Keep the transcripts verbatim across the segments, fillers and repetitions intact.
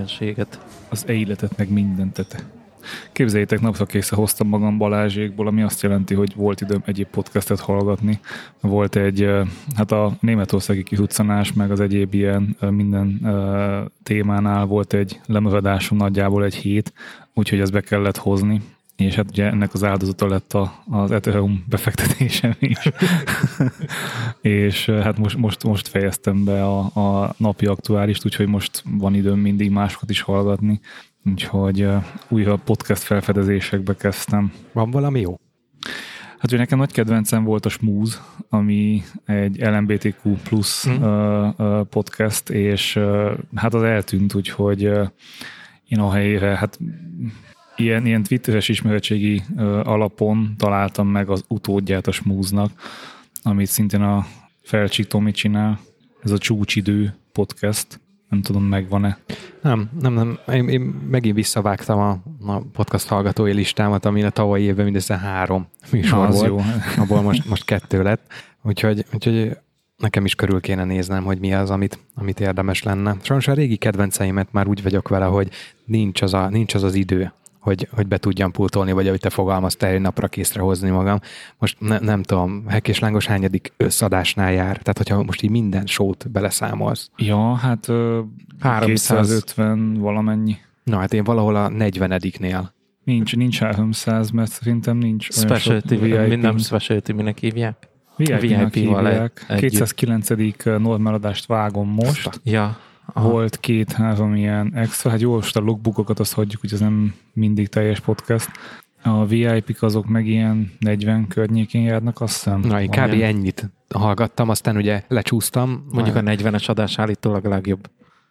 tevékenységet. Az életet meg mindent. Képzeljétek, napra készre hoztam magam Balázsékból, ami azt jelenti, hogy volt időm egyéb podcastet hallgatni. Volt egy, hát a németországi kihuccanás, meg az egyéb ilyen minden témánál volt egy lemaradásom nagyjából egy hét, úgyhogy ezt be kellett hozni. És hát ugye ennek az áldozata lett a, az Ethereum befektetésem is. És hát most, most, most fejeztem be a, a napi aktuálist, úgyhogy most van időm mindig másokat is hallgatni. Úgyhogy uh, újra podcast felfedezésekbe kezdtem. Van valami jó? Hát ugye nekem nagy kedvencem volt a Smooth, ami egy el em bé té kú plusz mm. uh, uh, podcast, és uh, hát az eltűnt, úgyhogy uh, én a helyére, hát ilyen, ilyen twitteres ismeretségi uh, alapon találtam meg az utódját a Smoothnak, amit szintén a Felcsik Tomi csinál, ez a Csúcsidő podcast. Nem tudom, megvan-e. Nem, nem, nem. Én, én megint visszavágtam a, a podcast hallgatói listámat, amin a tavalyi évben mindössze három műsor volt. Jó. Abból most, most kettő lett. Úgyhogy, úgyhogy nekem is körül kéne néznem, hogy mi az, amit, amit érdemes lenne. Sajnos a régi kedvenceimet már úgy vagyok vele, hogy nincs az a, nincs az, az idő, hogy, hogy be tudjam pultolni, vagy ahogy te fogalmaztál, egy napra készre hozni magam. Most ne, nem tudom, Hek és Lángos hányadik összadásnál jár? Tehát, hogyha most így minden sót beleszámolsz. Ja, hát kétszázötven valamennyi. Na, hát én valahol a negyvenediknél. Nincs, nincs háromszáz, mert szerintem nincs specialty, minden specialty, minek hívják? vé i pé-val kétszázkilencedik normál adást vágom most. Ja. Aha. Volt két-három ilyen extra, hát jó, most a logbookokat azt hagyjuk, hogy ez nem mindig teljes podcast. A vé i pé-k azok meg ilyen negyven környékén járnak, azt hiszem. Na, én kb. Ennyit hallgattam, aztán ugye lecsúsztam. Mondjuk a negyvenes adás állítólag a legjobb.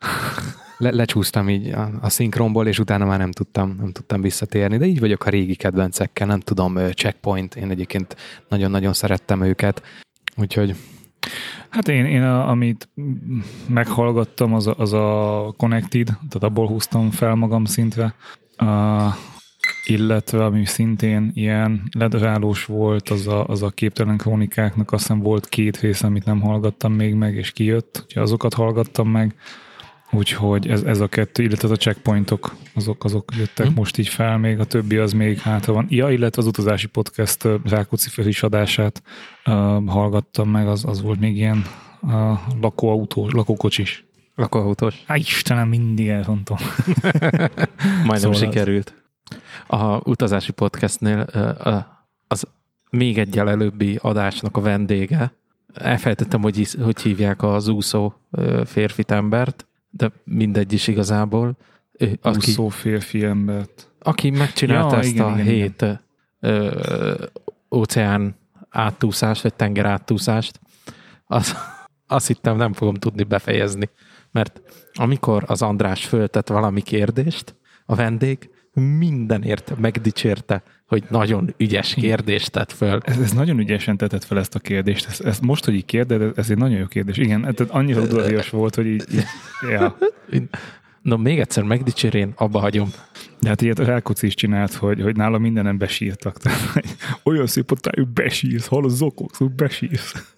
Le, lecsúsztam így a, a szinkronból, és utána már nem tudtam, nem tudtam visszatérni, de így vagyok a régi kedvencekkel, nem tudom, Checkpoint, én egyébként nagyon-nagyon szerettem őket, úgyhogy hát én, én a, amit meghallgattam, az a, az a Connected, tehát abból húztam fel magam szintre, uh, illetve ami szintén ilyen ledarálós volt, az a, az a Képtelen Krónikáknak, azt hiszem volt két rész, amit nem hallgattam még meg, és kijött, úgyhogy azokat hallgattam meg, úgyhogy ez, ez a kettő, illetve a checkpointok, azok, azok jöttek hmm. most így fel, még a többi az még hátra van. Ja, illetve az utazási podcast Rákóczi Feris adását uh, hallgattam meg, az, az volt még ilyen uh, lakóautós, lakókocsis. Lakóautós. Á, Istenem, mindig elrontom. Majdnem szóval sikerült. A utazási podcastnél uh, az még egyel előbbi adásnak a vendége, elfelejtettem, hogy, hogy hívják az úszó férfi embert, de mindegy is igazából. Úszó férfi embert. Aki megcsinálta ja, ezt igen, a igen, hét igen. Ö, óceán áttúszást, vagy tenger áttúszást, az, azt hittem nem fogom tudni befejezni. Mert amikor az András föltett valami kérdést, a vendég mindenért megdicsérte, hogy nagyon ügyes kérdést tett föl. Ez, ez nagyon ügyesen tetett fel ezt a kérdést. Ez, ez most, hogy így kérded, ez egy nagyon jó kérdés. Igen, tehát annyira udvarias volt, hogy így... így ja. No, még egyszer megdicsér, én abba hagyom. De hát ilyet a Rákóczi is csinált, hogy, hogy nála mindenem besírtak. Tehát, olyan szép otájú besírsz, hol a zokogsz, hogy besírsz.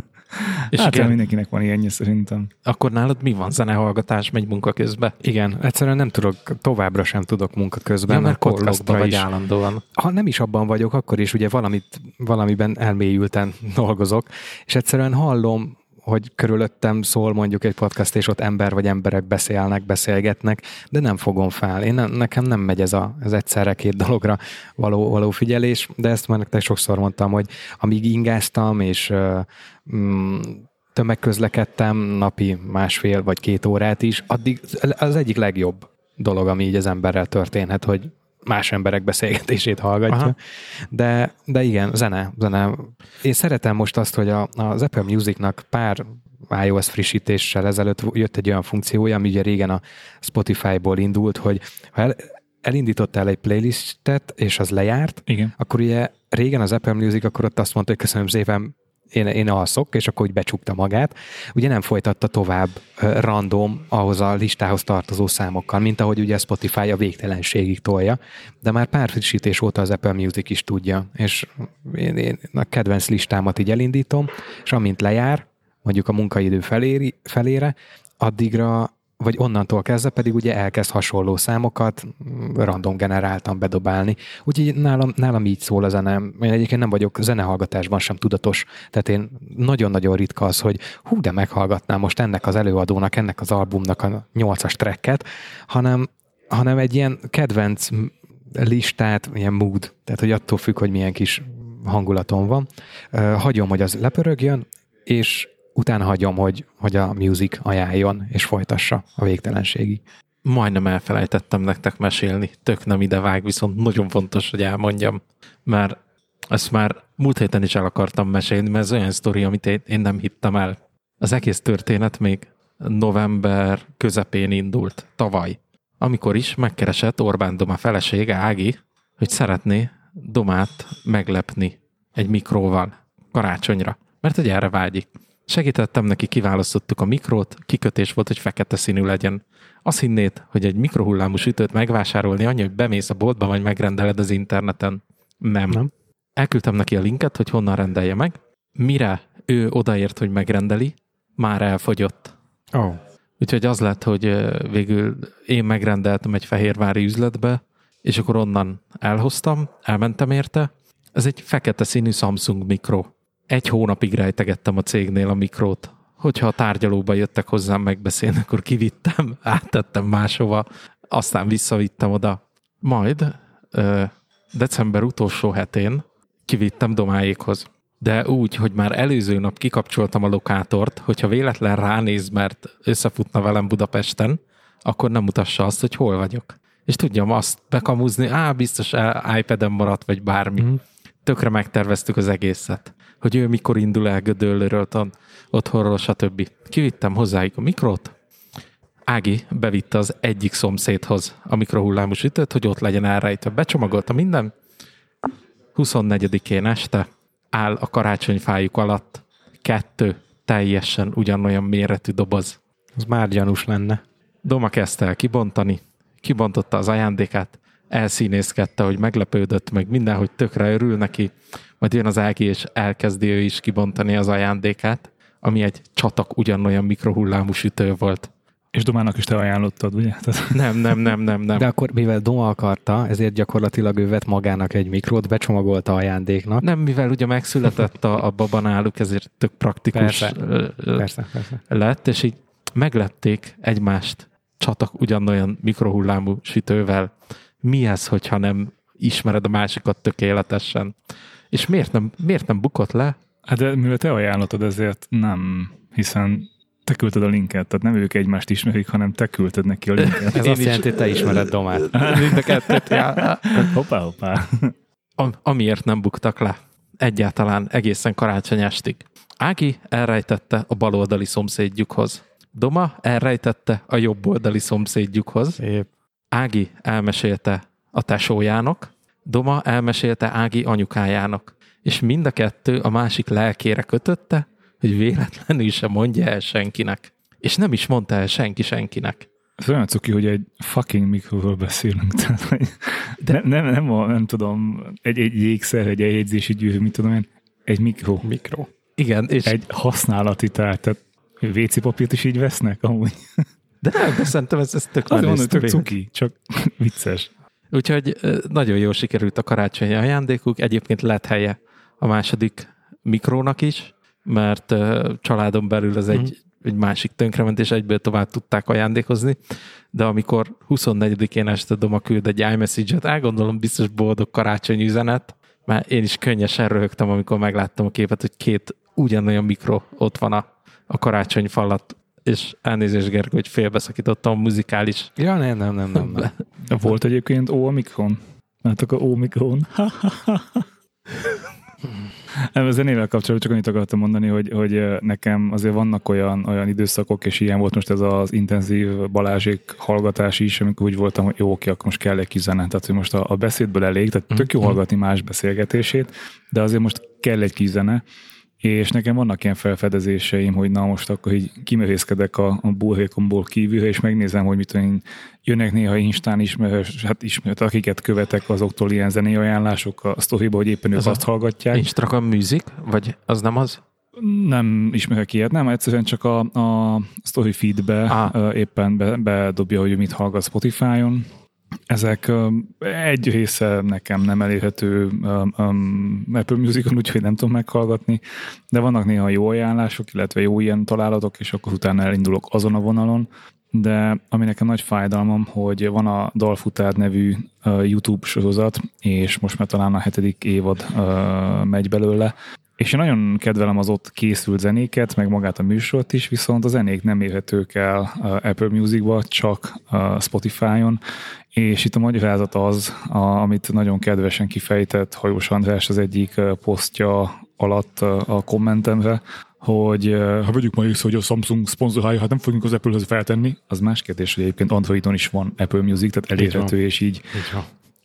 És hát igen, mindenkinek van ilyenje szerintem. Akkor nálad mi van? Zenehallgatás megy munka közben? Igen, egyszerűen nem tudok, továbbra sem tudok munka közben. Ja, mert podcastra vagy állandóan. Ha nem is abban vagyok, akkor is ugye valamit, valamiben elmélyülten dolgozok, és egyszerűen hallom, hogy körülöttem szól mondjuk egy podcast, és ott ember vagy emberek beszélnek, beszélgetnek, de nem fogom fel. Én nem, nekem nem megy ez, a, ez egyszerre két dologra való, való figyelés, de ezt már nektek sokszor mondtam, hogy amíg ingáztam, és mm, tömegközlekedtem napi másfél vagy két órát is, addig az egyik legjobb dolog, ami így az emberrel történhet, hogy más emberek beszélgetését hallgatja. De, de igen, zene, zene. Én szeretem most azt, hogy a, az Apple Musicnak pár iOS frissítéssel ezelőtt jött egy olyan funkciója, ami ugye régen a Spotify-ból indult, hogy ha el, elindítottál egy playlistet, és az lejárt, igen. Akkor ugye régen az Apple Music akkor ott azt mondta, hogy köszönöm szépen, én, én alszok, és akkor úgy becsukta magát. Ugye nem folytatta tovább uh, random ahhoz a listához tartozó számokkal, mint ahogy ugye Spotify a végtelenségig tolja, de már pár frissítés óta az Apple Music is tudja, és én, én a kedvenc listámat így elindítom, és amint lejár, mondjuk a munkaidő feléri, felére, addigra vagy onnantól kezdve pedig ugye elkezd hasonló számokat random generáltan bedobálni. Úgyhogy nálam, nálam így szól a zene. Én egyébként nem vagyok zenehallgatásban sem tudatos, tehát én nagyon-nagyon ritka az, hogy hú, de meghallgatnám most ennek az előadónak, ennek az albumnak a nyolcas tracket, hanem, hanem egy ilyen kedvenc listát, ilyen mood, tehát hogy attól függ, hogy milyen kis hangulatom van. Hagyom, hogy az lepörögjön, és utána hagyom, hogy, hogy a music ajánljon, és folytassa a végtelenségig. Majdnem elfelejtettem nektek mesélni, tök nem ide vág, viszont nagyon fontos, hogy elmondjam, mert ezt már múlt héten is el akartam mesélni, mert ez olyan sztori, amit én, én nem hittem el. Az egész történet még november közepén indult, tavaly, amikor is megkeresett Orbán Doma felesége, Ági, hogy szeretné Domát meglepni egy mikróval karácsonyra, mert hogy erre vágyik. Segítettem neki, kiválasztottuk a mikrót, kikötés volt, hogy fekete színű legyen. Azt hinnéd, hogy egy mikrohullámú sütőt megvásárolni annyi, hogy bemész a boltba, vagy megrendeled az interneten. Nem. Nem. Elküldtem neki a linket, hogy honnan rendelje meg. Mire ő odaért, hogy megrendeli, már elfogyott. Oh. Úgyhogy az lett, hogy végül én megrendeltem egy fehérvári üzletbe, és akkor onnan elhoztam, elmentem érte. Ez egy fekete színű Samsung mikro. Egy hónapig rejtegettem a cégnél a mikrót. Hogyha a tárgyalóba jöttek hozzám megbeszélni, akkor kivittem, áttettem máshova, aztán visszavittem oda. Majd ö, december utolsó hetén kivittem Domáékhoz. De úgy, hogy már előző nap kikapcsoltam a lokátort, hogyha véletlen ránéz, mert összefutna velem Budapesten, akkor nem mutassa azt, hogy hol vagyok. És tudjam azt bekamuzni, á, biztos iPad-en maradt, vagy bármi. Mm. Tökre megterveztük az egészet, hogy ő mikor indul el Gödöllőről, otthonról, stb. Kivittem hozzájuk a mikrót, Ági bevitte az egyik szomszédhoz a mikrohullámú sütőt, hogy ott legyen elrejtve. Becsomagolta minden. huszonnegyedikén este áll a karácsonyfájuk alatt kettő teljesen ugyanolyan méretű doboz. Ez már gyanús lenne. Doma kezdte el kibontani, kibontotta az ajándékát, elszínészkedte, hogy meglepődött, meg mindenhogy tökre örül neki, majd jön az Ági, és elkezdi ő is kibontani az ajándékát, ami egy csatak ugyanolyan mikrohullámú sütő volt. És Domának is te ajánlottad, ugye? Nem, nem, nem, nem, nem. De akkor, mivel Doma akarta, ezért gyakorlatilag ő vett magának egy mikrót, becsomagolta ajándéknak. Nem, mivel ugye megszületett a, a baba náluk, ezért tök praktikus persze, persze, persze. lett, és így meglepték egymást csatak ugyanolyan mikrohullámú sütővel. Mi ez, hogyha nem ismered a másikat tökéletesen? És miért nem, miért nem bukott le? Hát de mivel te ajánlottad, ezért nem, hiszen te küldted a linket, tehát nem ők egymást ismerik, hanem te küldted neki a linket. Ez azt jelenti, hogy te ismered Domát. Mind a kettőt, já. Hoppá, hoppá. Am, amiért nem buktak le. Egyáltalán egészen karácsony estig. Ági elrejtette a baloldali szomszédjukhoz. Doma elrejtette a jobboldali szomszédjukhoz. Szép. Ági elmesélte a tesójának, Doma elmesélte Ági anyukájának. És mind a kettő a másik lelkére kötötte, hogy véletlenül sem mondja el senkinek. És nem is mondta el senki senkinek. Ez olyan cuki, hogy egy fucking mikróról beszélünk. Tehát, hogy De nem, nem, nem, a, nem tudom, egy, egy jégszer, egy eljegyzési gyűrű, mit tudom én, egy mikró. Mikró. Igen, és... Egy használati tár, tehát vé cé papírt is így vesznek amúgy. De nem, de szerintem ez, ez tök menő. Azért tök cuki, csak vicces. Úgyhogy nagyon jól sikerült a karácsonyi ajándékuk. Egyébként lett helye a második mikrónak is, mert uh, családon belül ez egy, mm. egy másik tönkrement, és egyből tovább tudták ajándékozni. De amikor huszonnegyedikén este Doma küld egy iMessage-et, elgondolom biztos boldog karácsonyi üzenet, mert én is könnyesen röhögtem, amikor megláttam a képet, hogy két ugyanolyan mikro ott van a, a karácsony falat, és elnézést, Gergő, hogy félbeszakítottam a muzikális. Ja, nem, nem, nem, nem. nem. Volt egyébként ó mikron? Látok a ó mikron. Nem, a zenével kapcsolatban csak annyit akartam mondani, hogy, hogy nekem azért vannak olyan, olyan időszakok, és ilyen volt most ez az intenzív Balázsék hallgatás is, amikor úgy voltam, hogy jó, oké, akkor most kell egy kis zene. Tehát, hogy most a, a beszédből elég, tehát tök jó hallgatni más beszélgetését, de azért most kell egy kis zene, és nekem vannak ilyen felfedezéseim, hogy na most akkor így kimerészkedek a, a burhékomból kívülre, és megnézem, hogy mit tudom, jönnek néha Instán ismerős, hát ismert, akiket követek azoktól ilyen zenei ajánlások a sztoriba, hogy éppen ők azt hallgatják. Instagram Music, vagy az nem az? Nem ismerek ilyet, nem, egyszerűen csak a, a story feedbe ah. éppen be, bedobja, hogy mit hallgat Spotify-on. Ezek egy része nekem nem elérhető um, um, Apple Musicon, úgyhogy nem tudom meghallgatni, de vannak néha jó ajánlások, illetve jó ilyen találatok, és akkor utána elindulok azon a vonalon, de ami nekem nagy fájdalmam, hogy van a Dalfutár nevű uh, YouTube sorozat, és most már talán a hetedik évad uh, megy belőle, és én nagyon kedvelem az ott készült zenéket, meg magát a műsort is, viszont a zenék nem érhetők el uh, Apple Musicba, csak uh, Spotify-on, és itt a magyarázat az, a, amit nagyon kedvesen kifejtett Hajós András az egyik uh, posztja alatt uh, a kommentemre, hogy uh, ha vegyük ma észre, hogy a Samsung szponzorálja, hát nem fogunk az Apple-hez feltenni. Az más kérdés, hogy egyébként Androidon is van Apple Music, tehát elérhető, és így. így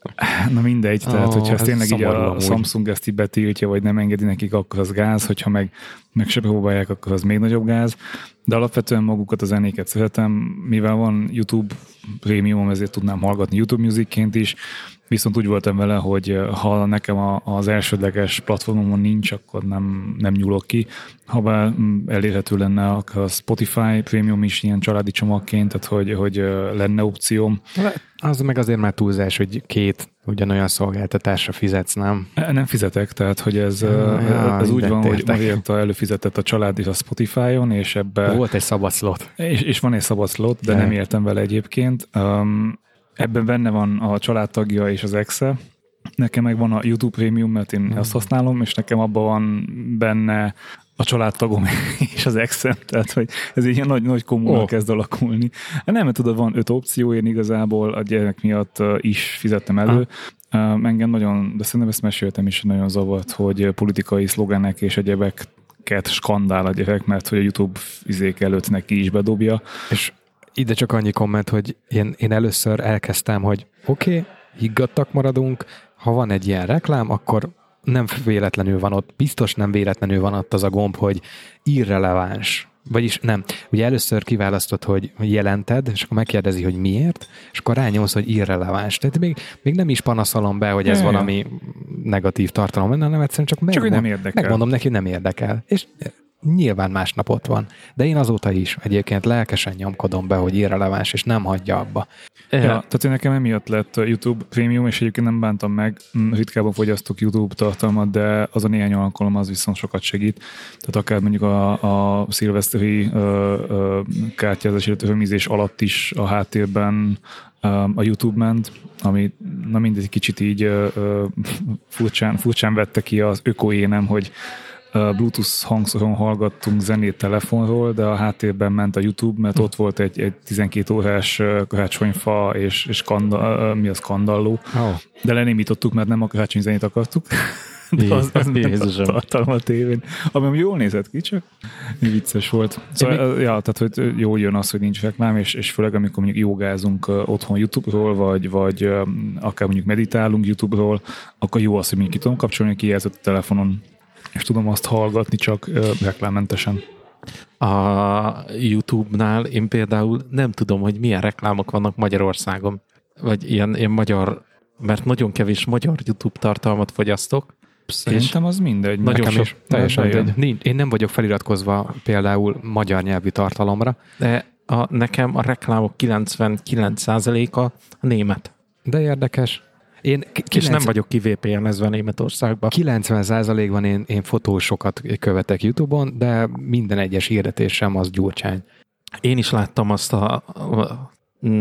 Na mindegy, tehát oh, hogyha ez tényleg így a amúgy. Samsung ezt így betiltja, vagy nem engedi nekik, akkor az gáz, hogyha meg, meg se próbálják, akkor az még nagyobb gáz. De alapvetően magukat a zenéket szeretem, mivel van YouTube prémium, ezért tudnám hallgatni YouTube Musicként is, viszont úgy voltam vele, hogy ha nekem a, az elsődleges platformomon nincs, akkor nem, nem nyúlok ki. Ha bár elérhető lenne a Spotify prémium is ilyen családi csomagként, tehát hogy, hogy lenne opcióm. Az meg azért már túlzás, hogy két ugyanolyan szolgáltatásra fizetsz, nem? Nem fizetek, tehát hogy ez, ja, ez úgy van, hogy Marietta előfizetett a család is a Spotify-on, és ebben... Volt egy szabad slot. És, és van egy szabad slot, de, de nem értem vele egyébként. Um, ebben benne van a családtagja és az exe. Nekem meg van a YouTube Premium, mert én hmm. azt használom, és nekem abban van benne a családtagom és az exem, tehát hogy ez egy ilyen nagy, nagy kommunal oh. kezd alakulni. Nem, mert tudod, van öt opció, én igazából a gyerek miatt is fizettem elő. Ah. Engem nagyon, de szerintem ezt meséltem is, nagyon zavart, hogy politikai szlogenek és egyebeket skandál a gyerek, mert hogy a YouTube izék előtt neki is bedobja. És ide csak annyi komment, hogy én, én először elkezdtem, hogy oké, okay, higgadtak maradunk, ha van egy ilyen reklám, akkor nem véletlenül van ott, biztos nem véletlenül van ott az a gomb, hogy irreleváns. Vagyis nem. Ugye először kiválasztod, hogy jelented, és akkor megkérdezi, hogy miért, és akkor rányomsz, hogy irreleváns. Tehát még, még nem is panaszolom be, hogy ez ja, valami ja. negatív tartalom lenne, hanem egyszerűen csak, megmond, csak nem érdekel. megmondom neki, hogy nem érdekel. És nyilván másnap ott van. De én azóta is egyébként lelkesen nyomkodom be, hogy irreleváns, és nem hagyja abba. Ja, tehát nekem emiatt lett YouTube Premium, és egyébként nem bántam meg, ritkában fogyasztok YouTube tartalmat, de az a néhány alkalom az viszont sokat segít. Tehát akár mondjuk a, a szilveszteri kártyázás, illetve römízés alatt is a háttérben a YouTube ment, ami na mindegy kicsit így uh, furcsán, furcsán vette ki az ökoénem, hogy Bluetooth hangszoron hallgattunk zenét telefonról, de a háttérben ment a YouTube, mert ott volt egy, egy tizenkét órás karácsonyfa és, és kanda, mi az kandalló. Oh. De lenémítottuk, mert nem a karácsony zenét akartuk. De az, az nem tartalma a tévén. Ami jól nézett ki, csak vicces volt. Szóval, még... ja, tehát hogy jól jön az, hogy nincs reklám, és, és főleg amikor mondjuk jogázunk otthon YouTube-ról, vagy, vagy akár mondjuk meditálunk YouTube-ról, akkor jó az, hogy mondjuk ki tudom kapcsolni a kijelzőt a telefonon, és tudom azt hallgatni csak uh, reklámmentesen. A YouTube-nál én például nem tudom, hogy milyen reklámok vannak Magyarországon. Vagy ilyen, ilyen magyar, mert nagyon kevés magyar YouTube tartalmat fogyasztok. Szerintem az mindegy. Nagyon sok, is, teljesen mindegy. Én nem vagyok feliratkozva például magyar nyelvű tartalomra. De a, nekem a reklámok kilencvenkilenc százaléka a német. De érdekes. Én kilenc... És nem vagyok ki vé pé en-ezve Németországban. kilencven százalékban én, én fotósokat követek YouTube-on, de minden egyes hirdetésem az gyurcsány. Én is láttam azt a, a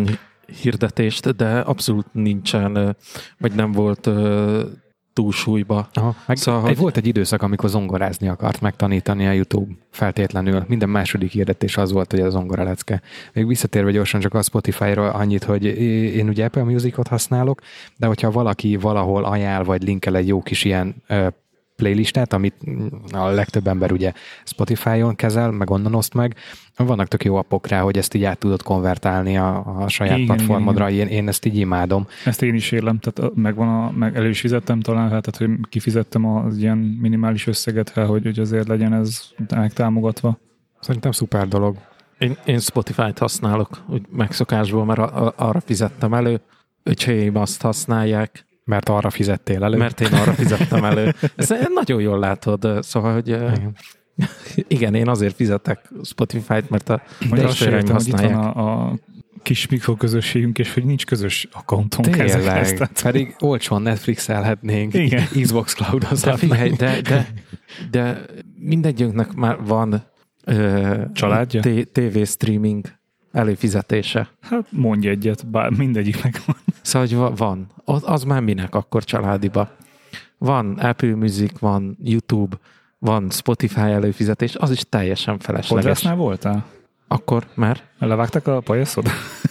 hirdetést, de abszolút nincsen, vagy nem volt túlsúlyba. Aha, meg szóval, hogy... Volt egy időszak, amikor zongorázni akart megtanítani a YouTube feltétlenül. Minden második hirdetés az volt, hogy a zongora lecke. Még visszatérve gyorsan csak a Spotify-ról annyit, hogy én ugye Apple Musicot használok, de hogyha valaki valahol ajánl, vagy linkel egy jó kis ilyen playlistát, amit a legtöbb ember ugye Spotify-on kezel, meg onnan oszt meg. Vannak tök jó appok rá, hogy ezt így át tudod konvertálni a, a saját igen, platformodra. Igen, én, én ezt így imádom. Ezt én is élem, tehát megvan a, meg elő is fizettem talán, tehát hogy kifizettem az ilyen minimális összeget, hogy, hogy azért legyen ez megtámogatva. Szerintem szuper dolog. Én, én Spotify-t használok, úgy megszokásból, mert a, a, arra fizettem elő, öcséim azt használják. Mert arra fizettél elő. Mert én arra fizettem elő. Ezt nagyon jól látod, szóval, hogy igen. Igen, én azért fizetek Spotify-t, mert a testvéreim használják. Hogy itt van a, a kis mikroközösségünk, és hogy nincs közös accountunk ezekhez. Tehát... Pedig olcsóan Netflix-elhetnénk, Xbox Cloud-ozhatnánk. De, de, de, de mindegyünknek már van ö, családja? T- té vé streaming előfizetése. Hát mondj egyet, bár mindegyiknek van. Szóval, hogy van. Az, az már minek akkor családiba. Van Apple Music, van YouTube, van Spotify előfizetés, az is teljesen felesleges. Podcastnál voltál? Akkor már. Levágtak a pajaszod?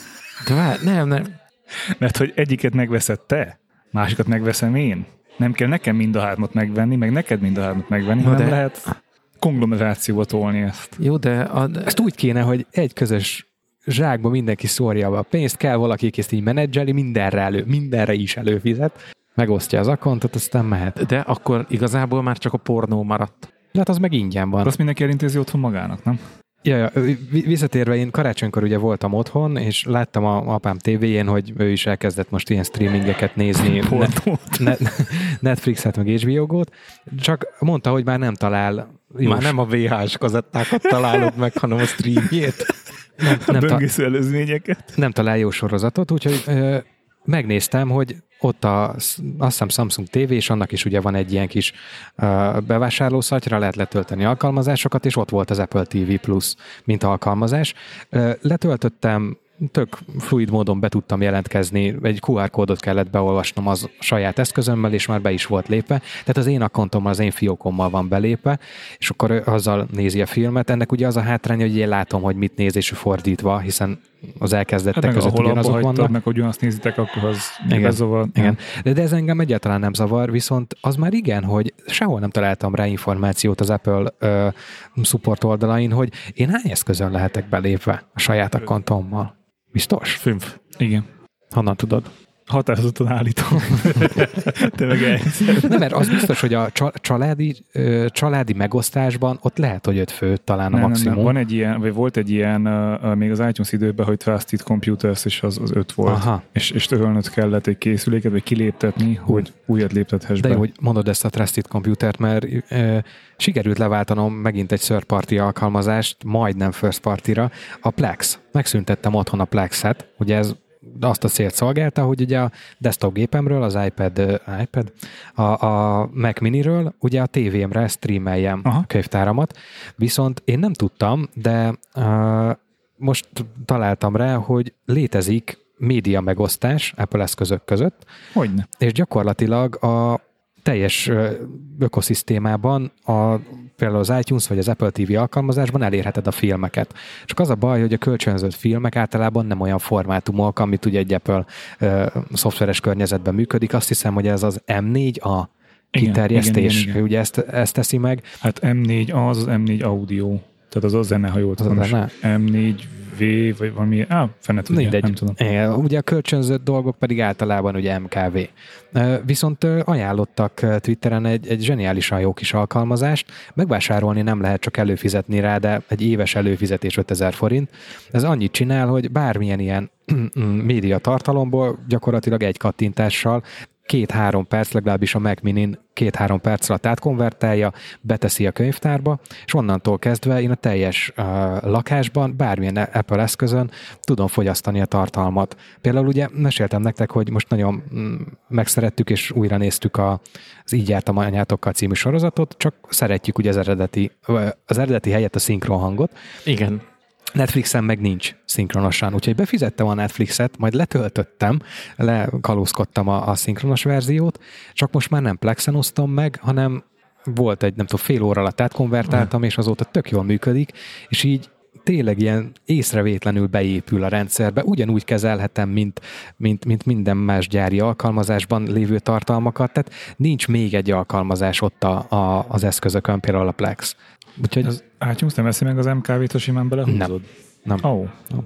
De vár, nem, nem. Mert hogy egyiket megveszed te, másikat megveszem én. Nem kell nekem mind a hármat megvenni, meg neked mind a hármat megvenni, hanem de... lehet konglomerációba tolni ezt. Jó, de... A... Ezt úgy kéne, hogy egy közös zsákba mindenki szórja be a pénzt, kell valaki, ezt így menedzseli, mindenre, elő, mindenre is előfizet, megosztja az akkontot, aztán mehet. De akkor igazából már csak a pornó maradt. De hát az meg ingyen van. Azt mindenki elintézi otthon magának, nem? Ja, ja, visszatérve én karácsonykor ugye voltam otthon, és láttam a apám tévéjén, hogy ő is elkezdett most ilyen streamingeket nézni, net, Netflixet meg há bé ó-got, csak mondta, hogy már nem talál. Jó, már nem a vé há es kazettákat találod meg, hanem a streamjét. Nem, nem, ta- előzményeket. nem talál jó sorozatot, úgyhogy ö, megnéztem, hogy ott a, azt hiszem Samsung té vé, és annak is ugye van egy ilyen kis uh, bevásárlószatyra, lehet letölteni alkalmazásokat, és ott volt az Apple té vé Plus, mint alkalmazás. Uh, letöltöttem, tök fluid módon be tudtam jelentkezni, egy kú ár kódot kellett beolvasnom az saját eszközömmel, és már be is volt lépve. Tehát az én akkontommal, az én fiókommal van belépve, és akkor azzal nézi a filmet. Ennek ugye az a hátránya, hogy én látom, hogy mit néz, és fordítva, hiszen az elkezdettek hát között ugyanazok vannak. Meg hogy azt nézitek, akkor az igen, zavar. Igen. De, de ez engem egyáltalán nem zavar, viszont az már igen, hogy sehol nem találtam rá információt az Apple uh, support oldalain, hogy én hány eszközön lehetek belépve a saját akkontommal. Biztos? Fünf. Igen. Honnan tudod? Határozottan állítom. Te meg elhiszed. Nem, mert az biztos, hogy a családi, családi megosztásban ott lehet, hogy öt fő talán a nem, maximum. Nem, nem. Van egy ilyen, vagy volt egy ilyen, uh, még az iTunes időben, hogy Trusted Computers, és az, az öt volt. Aha. És, és törölnöd kellett egy készüléket, vagy kiléptetni, hogy újat léptethess be. De jó, hogy mondod ezt a Trusted Computert, mert uh, sikerült leváltanom megint egy third party alkalmazást, majdnem first party-ra, a Plex. Megszüntettem otthon a Plexet, ugye ez azt a célt szolgálta, hogy ugye a desktop gépemről, az iPad, uh, iPad a, a Mac Miniről ugye a tévémre streameljem Aha. a könyvtáramat, viszont én nem tudtam, de uh, most találtam rá, hogy létezik média megosztás Apple eszközök között. Hogyne. És gyakorlatilag a teljes ökoszisztémában a, például az iTunes vagy az Apple té vé alkalmazásban elérheted a filmeket. Csak az a baj, hogy a kölcsönzött filmek általában nem olyan formátumok, amit ugye egy Apple uh, szoftveres környezetben működik. Azt hiszem, hogy ez az em négy a kiterjesztés. Igen, igen, igen, igen. Ugye ezt, ezt teszi meg. Hát em négy A az az em négy audio. Tehát az a zene, ha jól tudom. em négy vé, vagy valami, á, fene tudja, Mindegy. Nem tudom. Igen, ugye a kölcsönzött dolgok pedig általában ugye em ká vé. Viszont ajánlottak Twitteren egy, egy zseniálisan jó kis alkalmazást, megvásárolni nem lehet, csak előfizetni rá, de egy éves előfizetés ötezer forint. Ez annyit csinál, hogy bármilyen ilyen média tartalomból gyakorlatilag egy kattintással két-három perc, legalábbis a Mac Minin két-három perc alatt átkonvertálja, beteszi a könyvtárba, és onnantól kezdve én a teljes uh, lakásban, bármilyen Apple eszközön tudom fogyasztani a tartalmat. Például ugye meséltem nektek, hogy most nagyon mm, megszerettük és újra néztük a, az Így jártam anyátokkal című sorozatot, csak szeretjük ugye az eredeti, az eredeti helyett a szinkron hangot. Igen. Netflixen meg nincs szinkronosan, úgyhogy befizettem a Netflixet, majd letöltöttem, lekalózkodtam a, a szinkronos verziót, csak most már nem Plexen osztom meg, hanem volt egy, nem tudom, fél óra alatt átkonvertáltam, és azóta tök jól működik, és így tényleg ilyen észrevétlenül beépül a rendszerbe, ugyanúgy kezelhetem, mint, mint, mint minden más gyári alkalmazásban lévő tartalmakat, tehát nincs még egy alkalmazás ott a, a, az eszközökön, például a Plex. Úgyhogy az iTunes nem veszi meg az em ká vét, ha simán belehúzod? Nem. Nem. Oh. nem.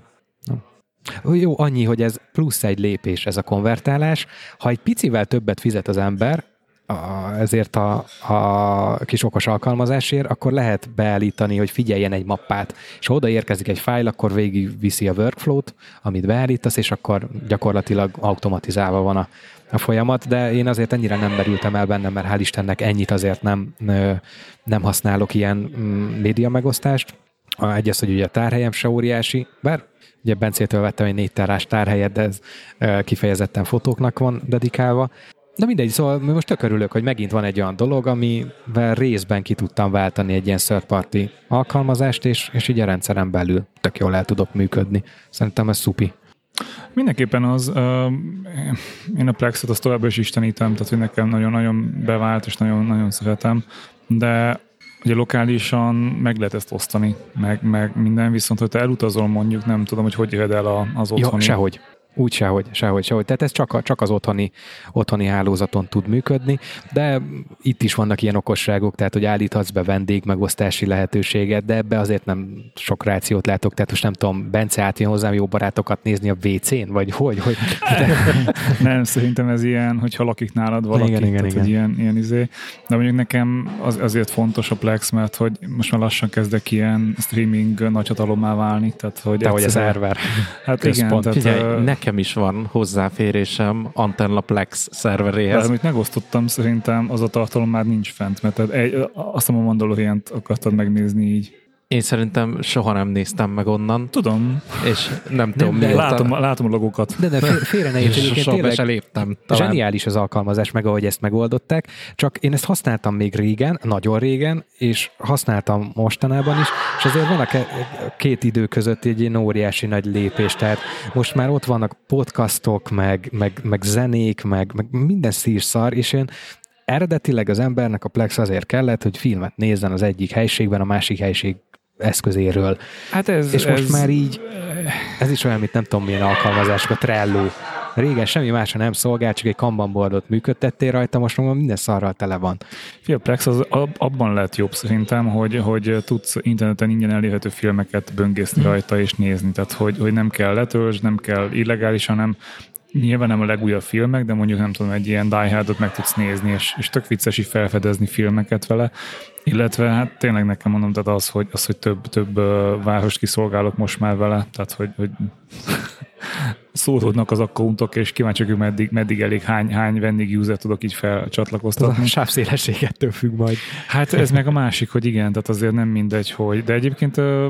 nem. Jó, annyi, hogy ez plusz egy lépés ez a konvertálás. Ha egy picivel többet fizet az ember, a, ezért a, a kis okos alkalmazásért, akkor lehet beállítani, hogy figyeljen egy mappát, és ha oda érkezik egy fájl, akkor végig viszi a workflow-t, amit beállítasz, és akkor gyakorlatilag automatizálva van a, a folyamat, de én azért ennyire nem merültem el benne, mert hál' Istennek ennyit azért nem, nem használok ilyen média megosztást. Egy az, hogy ugye a tárhelyem se óriási, bár ugye Bencétől vettem egy négy terás tárhelyet, de ez kifejezetten fotóknak van dedikálva. De mindegy, szóval most tök örülök, hogy megint van egy olyan dolog, amivel részben ki tudtam váltani egy ilyen third party alkalmazást, és, és így a rendszeren belül tök jól el tudok működni. Szerintem ez szupi. Mindenképpen az, uh, én a Plexet azt továbbra is istenítem, tehát hogy nekem nagyon-nagyon bevált, és nagyon-nagyon szeretem, de ugye lokálisan meg lehet ezt osztani, meg, meg minden, viszont hogy te elutazol mondjuk, nem tudom, hogy hogy jöhet el az otthoni. Ja, sehogy. Úgy sehogy, sehogy, sehogy. Tehát ez csak, a, csak az otthoni, otthoni hálózaton tud működni, de itt is vannak ilyen okosságok, tehát hogy állíthatsz be vendégmegosztási lehetőséget, de ebbe azért nem sok rációt látok, tehát most nem tudom, Bence átjön hozzám jó barátokat nézni a vé cén, vagy hogy? hogy de... Nem, szerintem ez ilyen, hogyha lakik nálad valaki, igen, igen, tehát igen. Ilyen, ilyen izé. De mondjuk nekem az, azért fontos a Plex, mert hogy most már lassan kezdek ilyen streaming nagyhatalommá válni, tehát hogy... De hogy a szerver. Hát központ. igen, tehát... Figyelj, nekem is van hozzáférésem Antenna Plex szerveréhez. De amit megosztottam, szerintem az a tartalom már nincs fent, mert egy, azt hiszem a Mandaloriant akartad megnézni így. Én szerintem soha nem néztem meg onnan. Tudom. És nem tudom de mióta. látom, látom a logókat. De, de félre ne érts, egyébként soha be tényleg se léptem. zseniális az alkalmazás, meg ahogy ezt megoldották, csak én ezt használtam még régen, nagyon régen, és használtam mostanában is, és azért van a két idő között egy ilyen óriási nagy lépés, tehát most már ott vannak podcastok, meg, meg, meg zenék, meg, meg minden szírszar, és én eredetileg az embernek a Plex azért kellett, hogy filmet nézzen az egyik helységben, a másik helység eszközéről. Hát ez, és most ez... már így, ez is olyan, mint nem tudom milyen alkalmazások, a Trello. Régen semmi másra nem szolgált, csak egy Kanban boardot működtettél rajta, most már minden szarral tele van. Fia, Plex az abban lett jobb szerintem, hogy, hogy tudsz interneten ingyen elérhető filmeket böngészni rajta és nézni, tehát hogy, hogy nem kell letöltsd, nem kell illegálisan, nem nyilván nem a legújabb filmek, de mondjuk nem tudom, egy ilyen Die Hardot meg tudsz nézni, és, és tök vicces így felfedezni filmeket vele, illetve hát tényleg nekem mondom, tehát az, hogy, az, hogy több, több uh, várost kiszolgálok most már vele, tehát hogy, hogy szóródnak az accountok, és kíváncsi vagyok, meddig, meddig elég, hány, hány vendég user tudok így felcsatlakoztatni. A sávszélességettől függ majd. Hát ez meg a másik, hogy igen, tehát azért nem mindegy, hogy, de egyébként uh,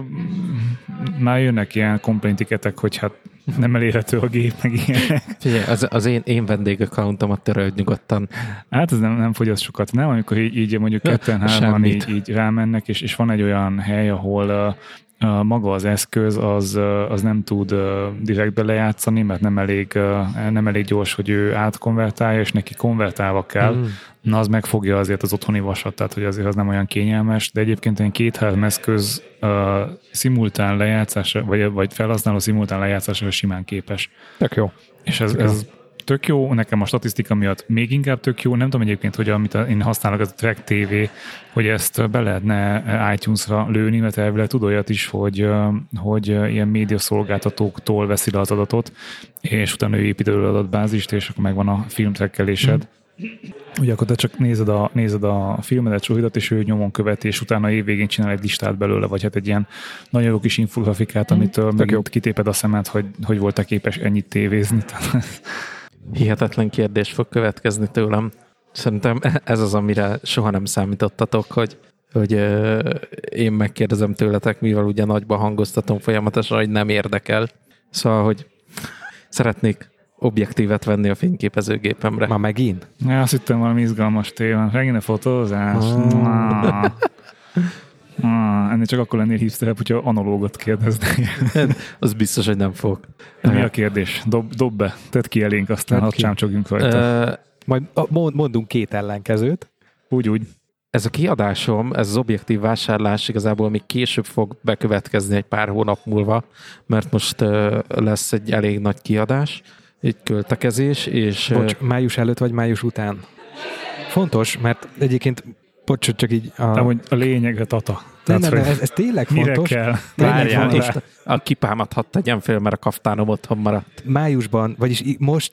már jönnek ilyen complaint-iketek, hogy hát nem elérhető a gép, meg ilyenek. Figyelj, az, az én, én vendégaccountomat töröld nyugodtan. Hát ez nem, nem fogyaszt sokat, nem? Amikor így, így mondjuk ketten-hárman így, így rámennek, és, és van egy olyan hely, ahol uh, maga az eszköz az, uh, az nem tud uh, direktbe lejátszani, mert nem elég, uh, nem elég gyors, hogy ő átkonvertálja, és neki konvertálva kell. Mm. Na, az megfogja azért az otthoni vasat, tehát hogy azért az nem olyan kényelmes, de egyébként egy két-három eszköz uh, szimultán lejátszása, vagy, vagy felhasználó szimultán lejátszásra simán képes. Tök jó. És ez, ez tök jó, nekem a statisztika miatt még inkább tök jó, nem tudom egyébként, hogy amit én használok, az a Track té vé, hogy ezt be lehetne iTunes-ra lőni, mert elvileg tud olyat is, hogy, hogy ilyen médiaszolgáltatóktól veszi le az adatot, és utána ő épít elő adatbázist, és akkor megvan a filmtrekkelésed. Mm. Ugye akkor te csak nézed a, nézed a filmedet, suhidat, és ő nyomon követi, és utána évvégén csinál egy listát belőle, vagy hát egy ilyen nagyon jó kis infografikát, amitől mm. meg kitéped a szemed, hogy, hogy voltál képes ennyit tévézni. Hihetetlen kérdés fog következni tőlem. Szerintem ez az, amire soha nem számítottatok, hogy, hogy euh, én megkérdezem tőletek, mivel ugye nagyba hangoztatom folyamatosan, hogy nem érdekel. Szóval, hogy szeretnék objektívet venni a fényképezőgépemre. Ma megint? Ja, azt hittem valami izgalmas téma. Megint a fotózás. Ah. Ah, ennél csak akkor lennél hívszerep, hogyha analógot kérdeznél. Az biztos, hogy nem fog. Mi a kérdés? Dob, dob be, tedd ki elénk, aztán hadd csámcsogjunk rajta. Uh, Majd mondunk két ellenkezőt. Úgy, úgy. Ez a kiadásom, ez az objektív vásárlás igazából még később fog bekövetkezni egy pár hónap múlva, mert most uh, lesz egy elég nagy kiadás, egy költekezés, és... Bocs, május előtt vagy május után? Fontos, mert egyébként bocs, csak így... A... De hogy a lényegre tata. Nem, nem, nem, ez, ez tényleg fontos. Mire kell? Várjál, és a kipámat hadd tegyem föl, mert a kaftánom otthon maradt. Májusban, vagyis most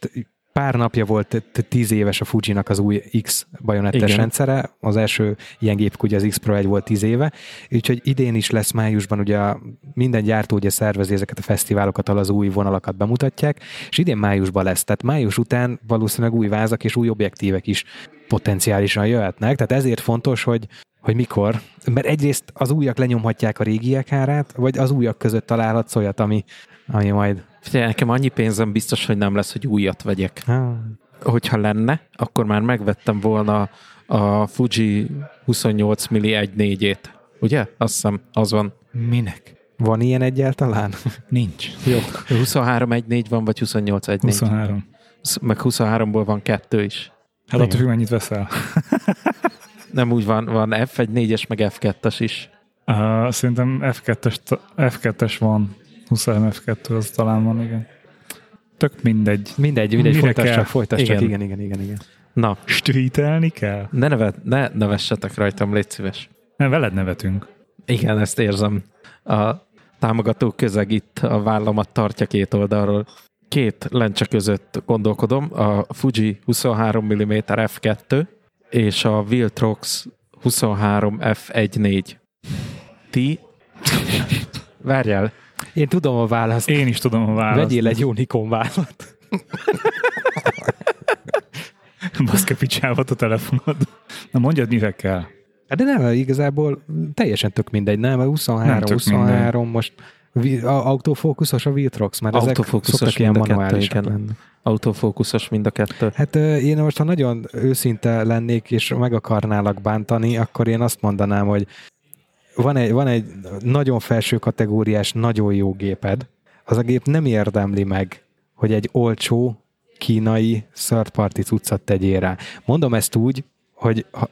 pár napja volt tíz éves a Fujinak az új X bajonettes rendszere, az első ilyen gépük ugye az X Pro egy volt tíz éve, úgyhogy idén is lesz májusban, ugye minden gyártó ugye szervezi ezeket a fesztiválokat, ahol az új vonalakat bemutatják, és idén májusban lesz, tehát május után valószínűleg új vázak és új objektívek is potenciálisan jöhetnek, tehát ezért fontos, hogy hogy mikor, mert egyrészt az újak lenyomhatják a régiek árát, vagy az újak között találhatsz olyat, ami, ami majd... Figyelj, nekem annyi pénzem biztos, hogy nem lesz, hogy újat vegyek. Ha. Hogyha lenne, akkor már megvettem volna a Fuji huszonnyolc milli egy négyét. Ugye? Azt hiszem, az van. Minek? Van ilyen egyáltalán? Nincs. Jó. huszonhárom egy négy van, vagy huszonnyolc egy négy? huszonhárom. Meg huszonháromból van kettő is. Hát attól, hogy mennyit veszel? Nem úgy van, van ef egy négyes, meg ef kettes is. Uh, szerintem ef kettes, ef kettes van, huszonhárom ef kettő az talán van, igen. Tök mindegy. Mindegy, mindegy, folytass csak, folytass csak, igen, igen, igen, igen. Na. Streetelni kell? Ne, nevet, ne nevessetek rajtam, légy szíves. Nem, veled nevetünk. Igen, ezt érzem. A támogató közeg itt a vállamat tartja két oldalról. Két lencse között gondolkodom, a Fuji huszonhárom milliméter ef kettő, és a Viltrox huszonhárom ef egy négy. Ti? Várjál. Én tudom a választ. Én is tudom a választ. Vegyél egy jó Nikon választ. Baszke picsávat a telefonod. Na mondjad, mire kell. De nem, igazából teljesen tök mindegy, nem? huszonhárom, huszonhárom most autofókuszos a Viltrox, mert ezek szoktak ilyen manuálisak lenni. Autofókuszos mind a kettő. Hát én most, ha nagyon őszinte lennék, és meg akarnálak bántani, akkor én azt mondanám, hogy van egy, van egy nagyon felső kategóriás, nagyon jó géped. Az a gép nem érdemli meg, hogy egy olcsó kínai third party cuccat tegyél rá. Mondom ezt úgy, hogy ha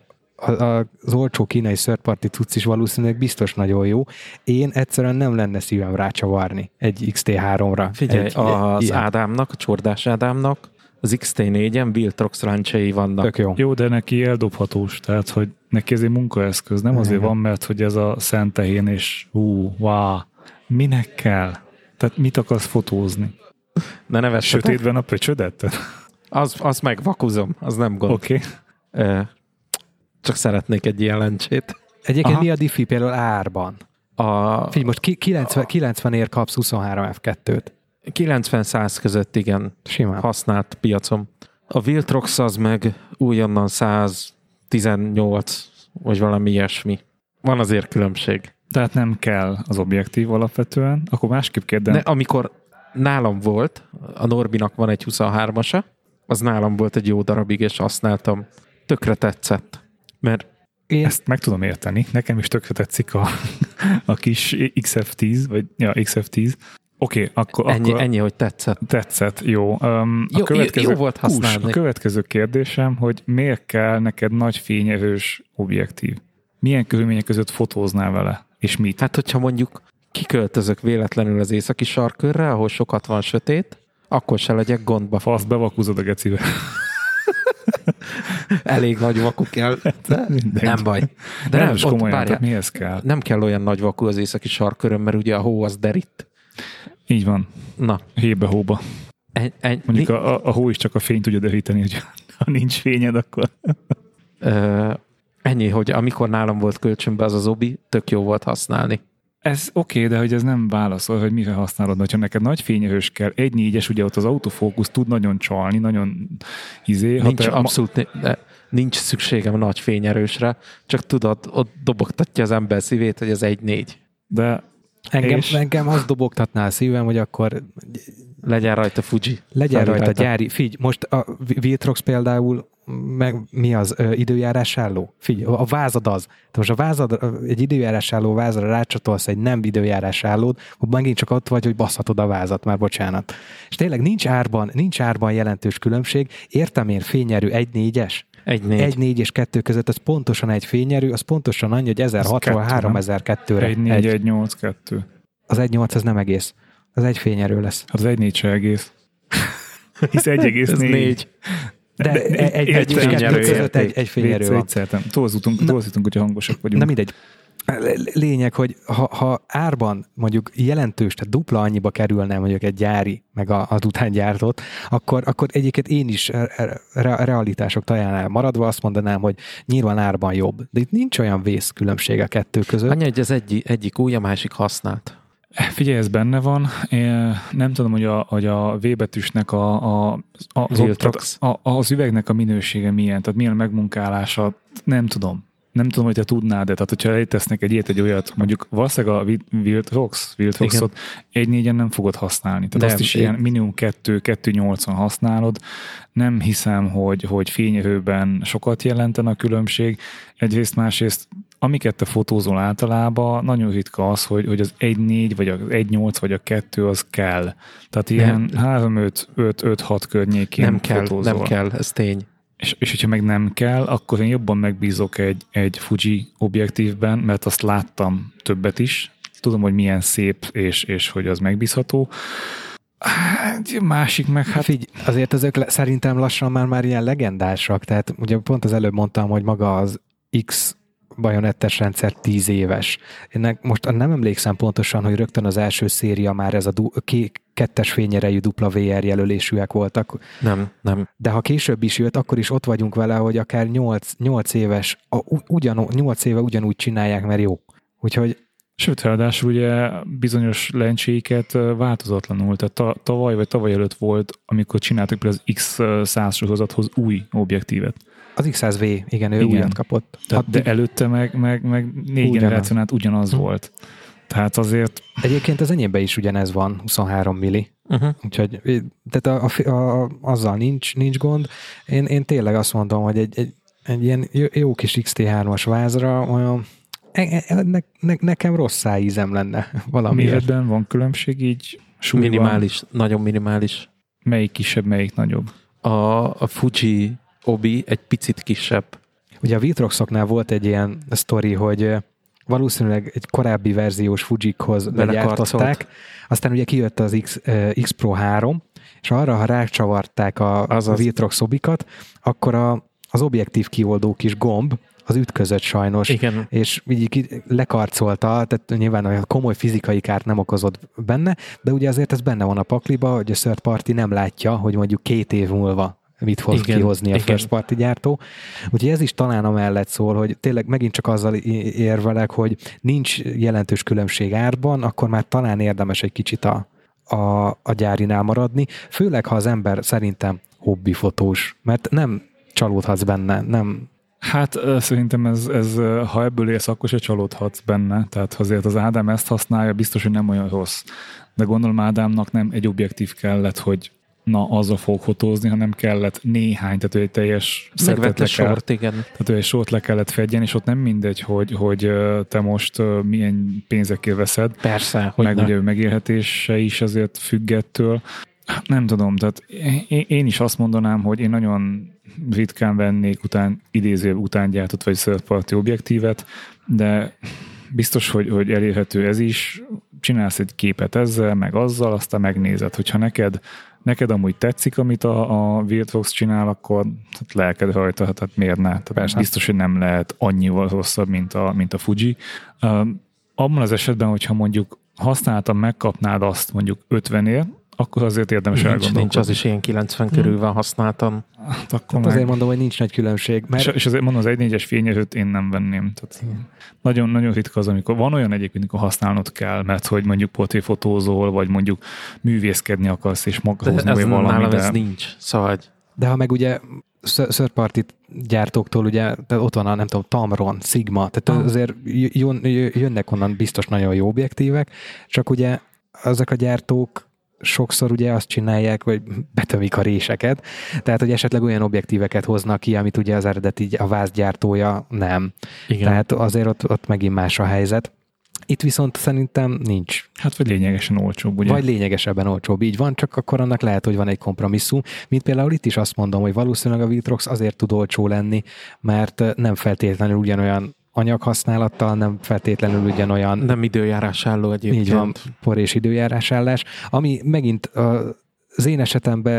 az olcsó kínai third party cucc is valószínűleg biztos nagyon jó. Én egyszerűen nem lenne szívem rácsavarni egy iksz té háromra. Figyelj, egy, az ilyen. Ádámnak, a Csordás Ádámnak az iksz té négyen Viltrox ráncsei vannak. Tök jó. Jó, de neki eldobhatós, tehát hogy neki ez egy munkaeszköz, nem azért van, mert hogy ez a szentehén és hú, wow, minek kell? Tehát mit akarsz fotózni? Ne nevessetek. Sötétben a pöcsödet? Az, az megvakuzom, az nem gond. Oké. Okay. Csak szeretnék egy ilyen lencsét. Egyébként Aha. mi a diffi például árban? A... Figyelj, most kilencven, kilencvenért kapsz huszonhárom ef kettőt. kilencven-száz között, igen. Simán. Használt piacom. A Viltrox az meg újonnan száz tizennyolc, vagy valami ilyesmi. Van azért különbség. Tehát nem kell az objektív alapvetően. Akkor másképp kérdem. Ne, amikor nálam volt, a Norbinak van egy huszonhármasa, az nálam volt egy jó darabig, és használtam. Tökre tetszett. Mert én ezt meg tudom érteni. Nekem is tökre tetszik a, a kis iksz ef tíz, vagy ja, iksz ef tíz. Oké, okay, akkor, ennyi, akkor... Ennyi, hogy tetszett. Tetszett, jó. Um, jó, a következő, jó volt használni. Hús, a következő kérdésem, hogy miért kell neked nagy fényerős objektív? Milyen körülmények között fotóznál vele? És mit? Hát, hogyha mondjuk kiköltözök véletlenül az északi sarkörre, ahol sokat van sötét, akkor se legyek gondba. Fasz, bevakúzod a gecibe. Elég nagy vaku kell. De nem baj. De nem, nem komolyan, tehát mihez kell? Nem kell olyan nagy vaku az északi sarkörön, mert ugye a hó az derít. Így van. Na. Hébe-hóba. En, en, Mondjuk a, a hó is csak a fényt tudja deríteni, hogy ha nincs fényed, akkor... Ö, ennyi, hogy amikor nálam volt kölcsönbe az az obi, tök jó volt használni. Ez oké, okay, de hogy ez nem válaszol, hogy mire használod. Hogyha neked nagy fényerős kell, egy négyes, ugye ott az autofókusz tud nagyon csalni, nagyon izé. Nincs te, abszolút, ma... nincs szükségem nagy fényerősre, csak tudod, ott dobogtatja az ember szívét, hogy ez egy négy. De engem, engem azt dobogtatná a szívem, hogy akkor legyen rajta Fuji. Legyen rajta, rajta gyári. Figyelj, most a Viltrox például meg mi az ö, időjárásálló? Figyelj, a vázad az. Te most a vázad, egy időjárásálló vázra rácsatolsz egy nem időjárásállót, akkor megint csak ott vagy, hogy basszhatod a vázat, már bocsánat. És tényleg nincs árban, nincs árban jelentős különbség. Értem én fényerő egy négyes? Egy négy. Egy négy és kettő között, az pontosan egy fényerő, az pontosan annyi, hogy ezerhatról háromezer-kettőre. Egy négy, egy nyolc, kettő. Az egy nyolc az nem egész. Az egy fényerő lesz. Hát az egy négy se egész. Hisz egy egész négy. De, de egy, egy, egy és kettő között egy, egy fényerő van. Torzítunk, torzítunk, hogyha hangosak vagyunk. Na mindegy. Lényeg, hogy ha, ha árban mondjuk jelentős, tehát dupla annyiba kerülne mondjuk egy gyári, meg az után gyártott, akkor, akkor egyébként én is re, realitások talán maradva azt mondanám, hogy nyilván árban jobb. De itt nincs olyan vészkülönbség a kettő között. Annyi, hogy az egyik, egyik új, a másik használt. Figyelj, ez benne van. Én nem tudom, hogy a, hogy a V betűsnek a, a, az, ott, a, az üvegnek a minősége milyen, tehát milyen megmunkálása, nem tudom. Nem tudom, hogy te tudnád, de tehát hogyha eltesznek egy ilyet, egy olyat, mondjuk valószínűleg a Wildfox, Wildfoxot egy négyen nem fogod használni. Tehát de azt is én... ilyen minimum kettő, kettő nyolcvan használod. Nem hiszem, hogy, hogy fényerőben sokat jelenten a különbség. Egyrészt, másrészt, amiket te fotózol általában, nagyon ritka az, hogy, hogy az egy négy, vagy az egy nyolc, vagy a kettő az kell. Tehát ilyen három öt öt hat környékén nem kell, fotózol. Nem kell, ez tény. És, és hogyha meg nem kell, akkor én jobban megbízok egy, egy Fuji objektívben, mert azt láttam többet is. Tudom, hogy milyen szép, és, és hogy az megbízható. Hát, másik meg hát... Figy, azért ezek szerintem lassan már, már ilyen legendásak, tehát ugye pont az előbb mondtam, hogy maga az X bajonettes rendszer tíz éves. Én most nem emlékszem pontosan, hogy rögtön az első széria már ez a du- kék, kettes fényerejű dupla vé er jelölésűek voltak. Nem, nem. De ha később is jött, akkor is ott vagyunk vele, hogy akár nyolc éves, ugyan, nyolc éve ugyanúgy csinálják, mert jó. Úgyhogy sőt, ráadásul ugye bizonyos lencséket változatlanul, tehát tavaly vagy tavaly előtt volt, amikor csináltak például az X száz sorozathoz új objektívet. Az X száz vé, igen, ő igen. újat kapott. Tehát, de előtte meg, meg, meg négy generáción át ugyanaz hm. volt. Tehát azért... Egyébként az enyémben is ugyanez van, huszonhárom milli. Uh-huh. Úgyhogy tehát a, a, a, azzal nincs, nincs gond. Én, én tényleg azt mondom, hogy egy, egy, egy ilyen jó kis X T hármas vázra olyan ne, ne, nekem rossz szájízem lenne valami. Méretben van különbség így? Súlyban. Minimális, nagyon minimális. Melyik kisebb, melyik nagyobb? A, a Fuji Obi egy picit kisebb. Ugye a Viltroxoknál volt egy ilyen sztori, hogy valószínűleg egy korábbi verziós Fujikhoz legyártották, aztán ugye kijött az X, uh, X Pro három, és arra, ha rácsavarták a, a Viltrox Obikat, akkor a, az objektív kioldó kis gomb az ütközött sajnos, igen. És így lekarcolta, tehát nyilván olyan komoly fizikai kárt nem okozott benne, de ugye azért ez benne van a pakliba, hogy a third party nem látja, hogy mondjuk két év múlva mit fog igen, kihozni a igen. first party gyártó. Úgyhogy ez is talán amellett szól, hogy tényleg megint csak azzal érvelek, hogy nincs jelentős különbség árban, akkor már talán érdemes egy kicsit a, a, a gyárinál maradni, főleg ha az ember szerintem hobbifotós, mert nem csalódhatsz benne, nem. Hát szerintem ez, ez, ha ebből élsz, akkor se csalódhatsz benne, tehát azért az Ádám ezt használja, biztos, hogy nem olyan rossz. De gondolom Ádámnak nem egy objektív kellett, hogy na, azzal fog fotózni, hanem kellett néhány, tehát ő egy teljes szettet le sort, igen. Tehát ő egy sort le kellett fedjen, és ott nem mindegy, hogy, hogy te most milyen pénzekért veszed. Persze, hogy meg ne. Ugye ő megélhetése is azért függettől. Nem tudom, tehát én is azt mondanám, hogy én nagyon ritkán vennék után, idéző után gyártott vagy third party objektívet, de biztos, hogy, hogy elérhető ez is. Csinálsz egy képet ezzel, meg azzal, aztán megnézed, hogyha neked neked amúgy tetszik, amit a, a Wildfox csinál, akkor hát lelked rajta, tehát miért ne? Tehát biztos, hogy nem lehet annyival rosszabb, mint a, mint a Fuji. Um, abban az esetben, hogyha mondjuk használtam, megkapnád azt mondjuk ötvenért, akkor azért érdemes nincs, elgondolkodni. Nincs, az is ilyen kilencven körül van használtam. Hát akkor hát azért mondom, hogy nincs nagy különbség. Mert... És, és azért mondom, az egy négyes fényerőt én nem venném. Tehát nagyon, nagyon ritka az, amikor van olyan egyébként, amikor használnod kell, mert hogy mondjuk portréfotózol, vagy mondjuk művészkedni akarsz, és maga hozni vagy valami. Nálam ez nincs, szóval. De ha meg ugye third party gyártóktól ugye ott van a, nem tudom, Tamron, Sigma, tehát ah. azért jön, jönnek onnan biztos nagyon jó objektívek, csak ugye ezek a gyártók sokszor ugye azt csinálják, hogy betömik a réseket, tehát hogy esetleg olyan objektíveket hoznak ki, amit ugye az eredeti a vázgyártója nem. Igen. Tehát azért ott, ott megint más a helyzet. Itt viszont szerintem nincs. Hát vagy lényegesen olcsóbb, ugye? Vagy lényegesebben olcsóbb, így van, csak akkor annak lehet, hogy van egy kompromisszum. Mint például itt is azt mondom, hogy valószínűleg a Viltrox azért tud olcsó lenni, mert nem feltétlenül ugyanolyan anyaghasználattal, nem feltétlenül ugyanolyan... Nem időjárásálló egyébként. Így van, por és időjárásállás. Ami megint az én esetemben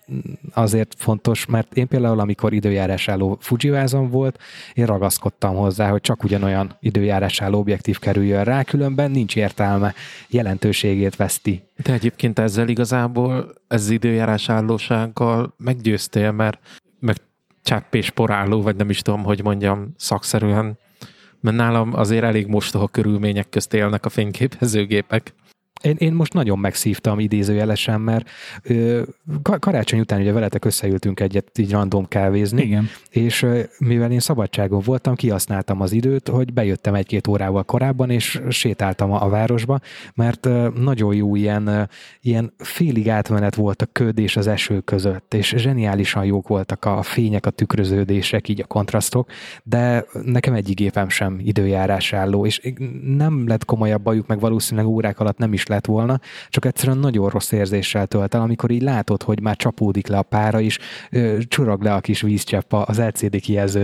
azért fontos, mert én például, amikor időjárásálló Fujivázon volt, én ragaszkodtam hozzá, hogy csak ugyanolyan időjárásálló objektív kerüljön rá, különben nincs értelme, jelentőségét veszti. De egyébként ezzel igazából, ez időjárásállósággal meggyőztél, mert meg cseppés porálló, vagy nem is tudom, hogy mondjam szakszerűen, mert nálam azért elég mostoha körülmények közt élnek a fényképezőgépek. Én, én most nagyon megszívtam idézőjelesen, mert ö, karácsony után ugye veletek összeültünk egyet így random kávézni, Igen. És ö, mivel én szabadságon voltam, kihasználtam az időt, hogy bejöttem egy-két órával korábban, és sétáltam a, a városba, mert ö, nagyon jó ilyen, ö, ilyen félig átmenet volt a köd és az eső között, és zseniálisan jók voltak a fények, a tükröződések, így a kontrasztok, de nekem egyik gépem sem időjárásálló, és nem lett komolyabb bajuk, meg valószínűleg órák alatt nem is lett volna, csak egyszerűen nagyon rossz érzéssel tölt el, amikor így látod, hogy már csapódik le a pára is, csurog le a kis vízcsepp az el cé dé kijelző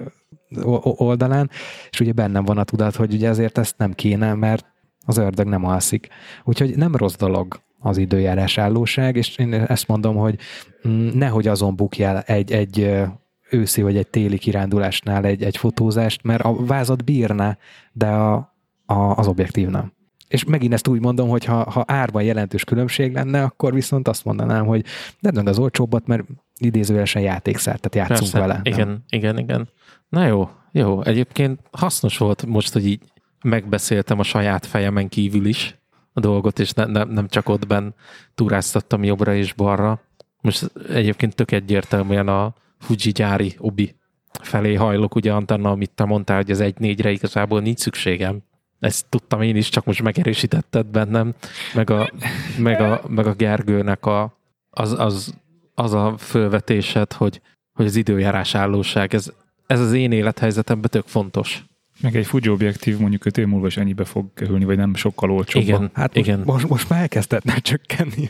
oldalán, és ugye bennem van a tudat, hogy ugye azért ezt nem kéne, mert az ördög nem alszik. Úgyhogy nem rossz dolog az időjárás állóság, és én ezt mondom, hogy nehogy azon bukjál egy, egy őszi vagy egy téli kirándulásnál egy, egy fotózást, mert a vázat bírná, de a, a, az objektív nem. És megint ezt úgy mondom, hogy ha, ha árban jelentős különbség lenne, akkor viszont azt mondanám, hogy nem meg az olcsóbbat, mert idézőjelesen játékszer, tehát játszunk Persze, vele. Igen, nem? igen, igen. Na jó, jó. Egyébként hasznos volt most, hogy így megbeszéltem a saját fejemen kívül is a dolgot, és ne, ne, nem csak ott benn túráztattam jobbra és balra. Most egyébként tök egyértelműen a Fuji gyári obi felé hajlok, ugye Antenna, amit te mondtál, hogy az egy négyre igazából nincs szükségem. Ezt tudtam én is, csak most megerősítetted bennem, meg a, meg a, meg a Gergőnek a, az, az, az a fölvetésed, hogy, hogy az időjárás állóság, ez, ez az én élethelyzetemben tök fontos. Meg egy Fuji objektív mondjuk öt év múlva is ennyibe fog kerülni, vagy nem sokkal olcsóbb. Igen, hát most, igen. Most, most már elkezdhetne csökkenni.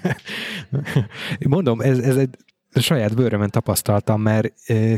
Mondom, ez, ez egy saját bőrömen tapasztaltam, mert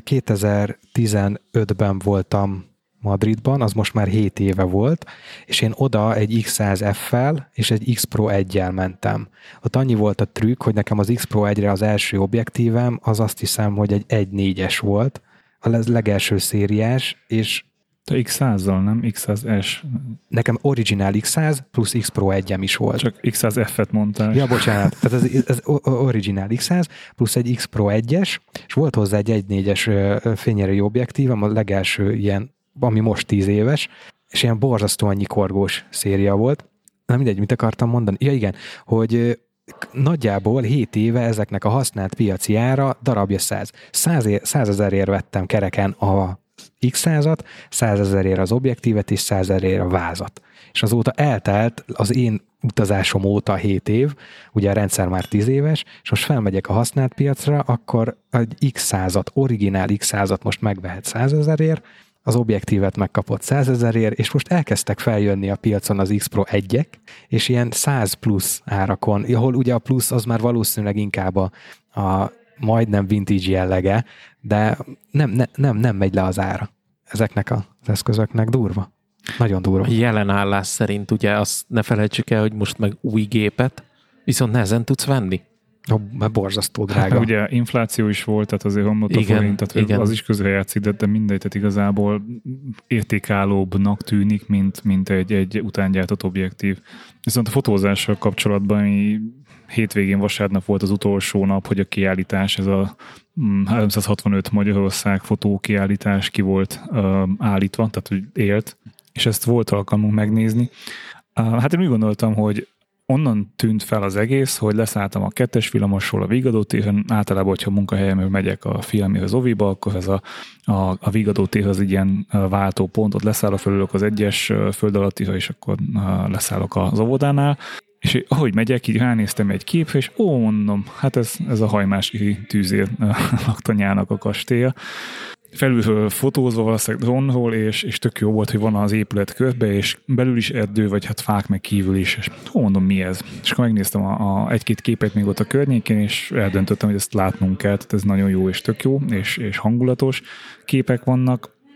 kétezer-tizenötben voltam Madridban, az most már hét éve volt, és én oda egy X száz F-fel és egy X Pro egyel mentem. Ott annyi volt a trükk, hogy nekem az X Pro egyre az első objektívem, az azt hiszem, hogy egy egy négyes volt, a legelső szériás, és te X százzal, nem? X száz S. Nekem originál X száz plusz X Pro egyem is volt. Csak X száz F-et mondtál. Ja, bocsánat. Tehát ez, ez originál X száz plusz egy X Pro egyes, és volt hozzá egy egy négyes fényerői objektívem, a legelső ilyen, ami most tíz éves, és ilyen borzasztóan nyikorgós széria volt. Nem mindegy, mit akartam mondani. Ja igen, hogy nagyjából hét éve ezeknek a használt piaci ára darabja száz. százezerért vettem kereken a X százat, százezerért az objektívet és százezerért a vázat. És azóta eltelt az én utazásom óta hét év, ugye a rendszer már tíz éves, és most felmegyek a használt piacra, akkor egy X százat, originál X százat most megvehet százezerért, az objektívet megkapott százezerért, és most elkezdtek feljönni a piacon az X Pro egyek, és ilyen száz plusz árakon, ahol ugye a plusz az már valószínűleg inkább a, a majdnem vintage jellege, de nem, ne, nem, nem megy le az ára ezeknek az eszközöknek. Durva. Nagyon durva. A jelen állás szerint ugye azt ne felejtsük el, hogy most meg új gépet, viszont nehezen tudsz venni. Oh, borzasztó drága. Hát, ugye infláció is volt, tehát azért homlott a forint, tehát igen. Az is közrejátszik, de, de mindegy, tehát igazából értékállóbbnak tűnik, mint, mint egy, egy utángyártott objektív. Viszont a fotózással kapcsolatban hétvégén vasárnap volt az utolsó nap, hogy a kiállítás, ez a háromszázhatvanöt Magyarország fotókiállítás ki volt uh, állítva, tehát hogy élt, és ezt volt alkalmunk megnézni. Uh, hát én úgy gondoltam, hogy onnan tűnt fel az egész, hogy leszálltam a kettes villamosról a Vigadó téren, általában, hogyha munkahelyemről megyek a fiamért az oviba, akkor ez a, a, a Vigadó tér az ilyen váltópont, ott leszállok, felülök az egyes föld alattiha, és akkor leszállok az óvodánál, és ahogy megyek, így ránéztem egy képre, és ó, mondom, hát ez, ez a hajmási tűzér laktanyának a kastélya. Felülről fotózva valószínűleg drónról, és, és tök jó volt, hogy van az épület körbe, és belül is erdő, vagy hát fák meg kívül is, és hó, mondom, mi ez? És akkor megnéztem a, a egy-két képet még ott a környékén, és eldöntöttem, hogy ezt látnunk kell, tehát ez nagyon jó és tök jó, és, és hangulatos képek vannak.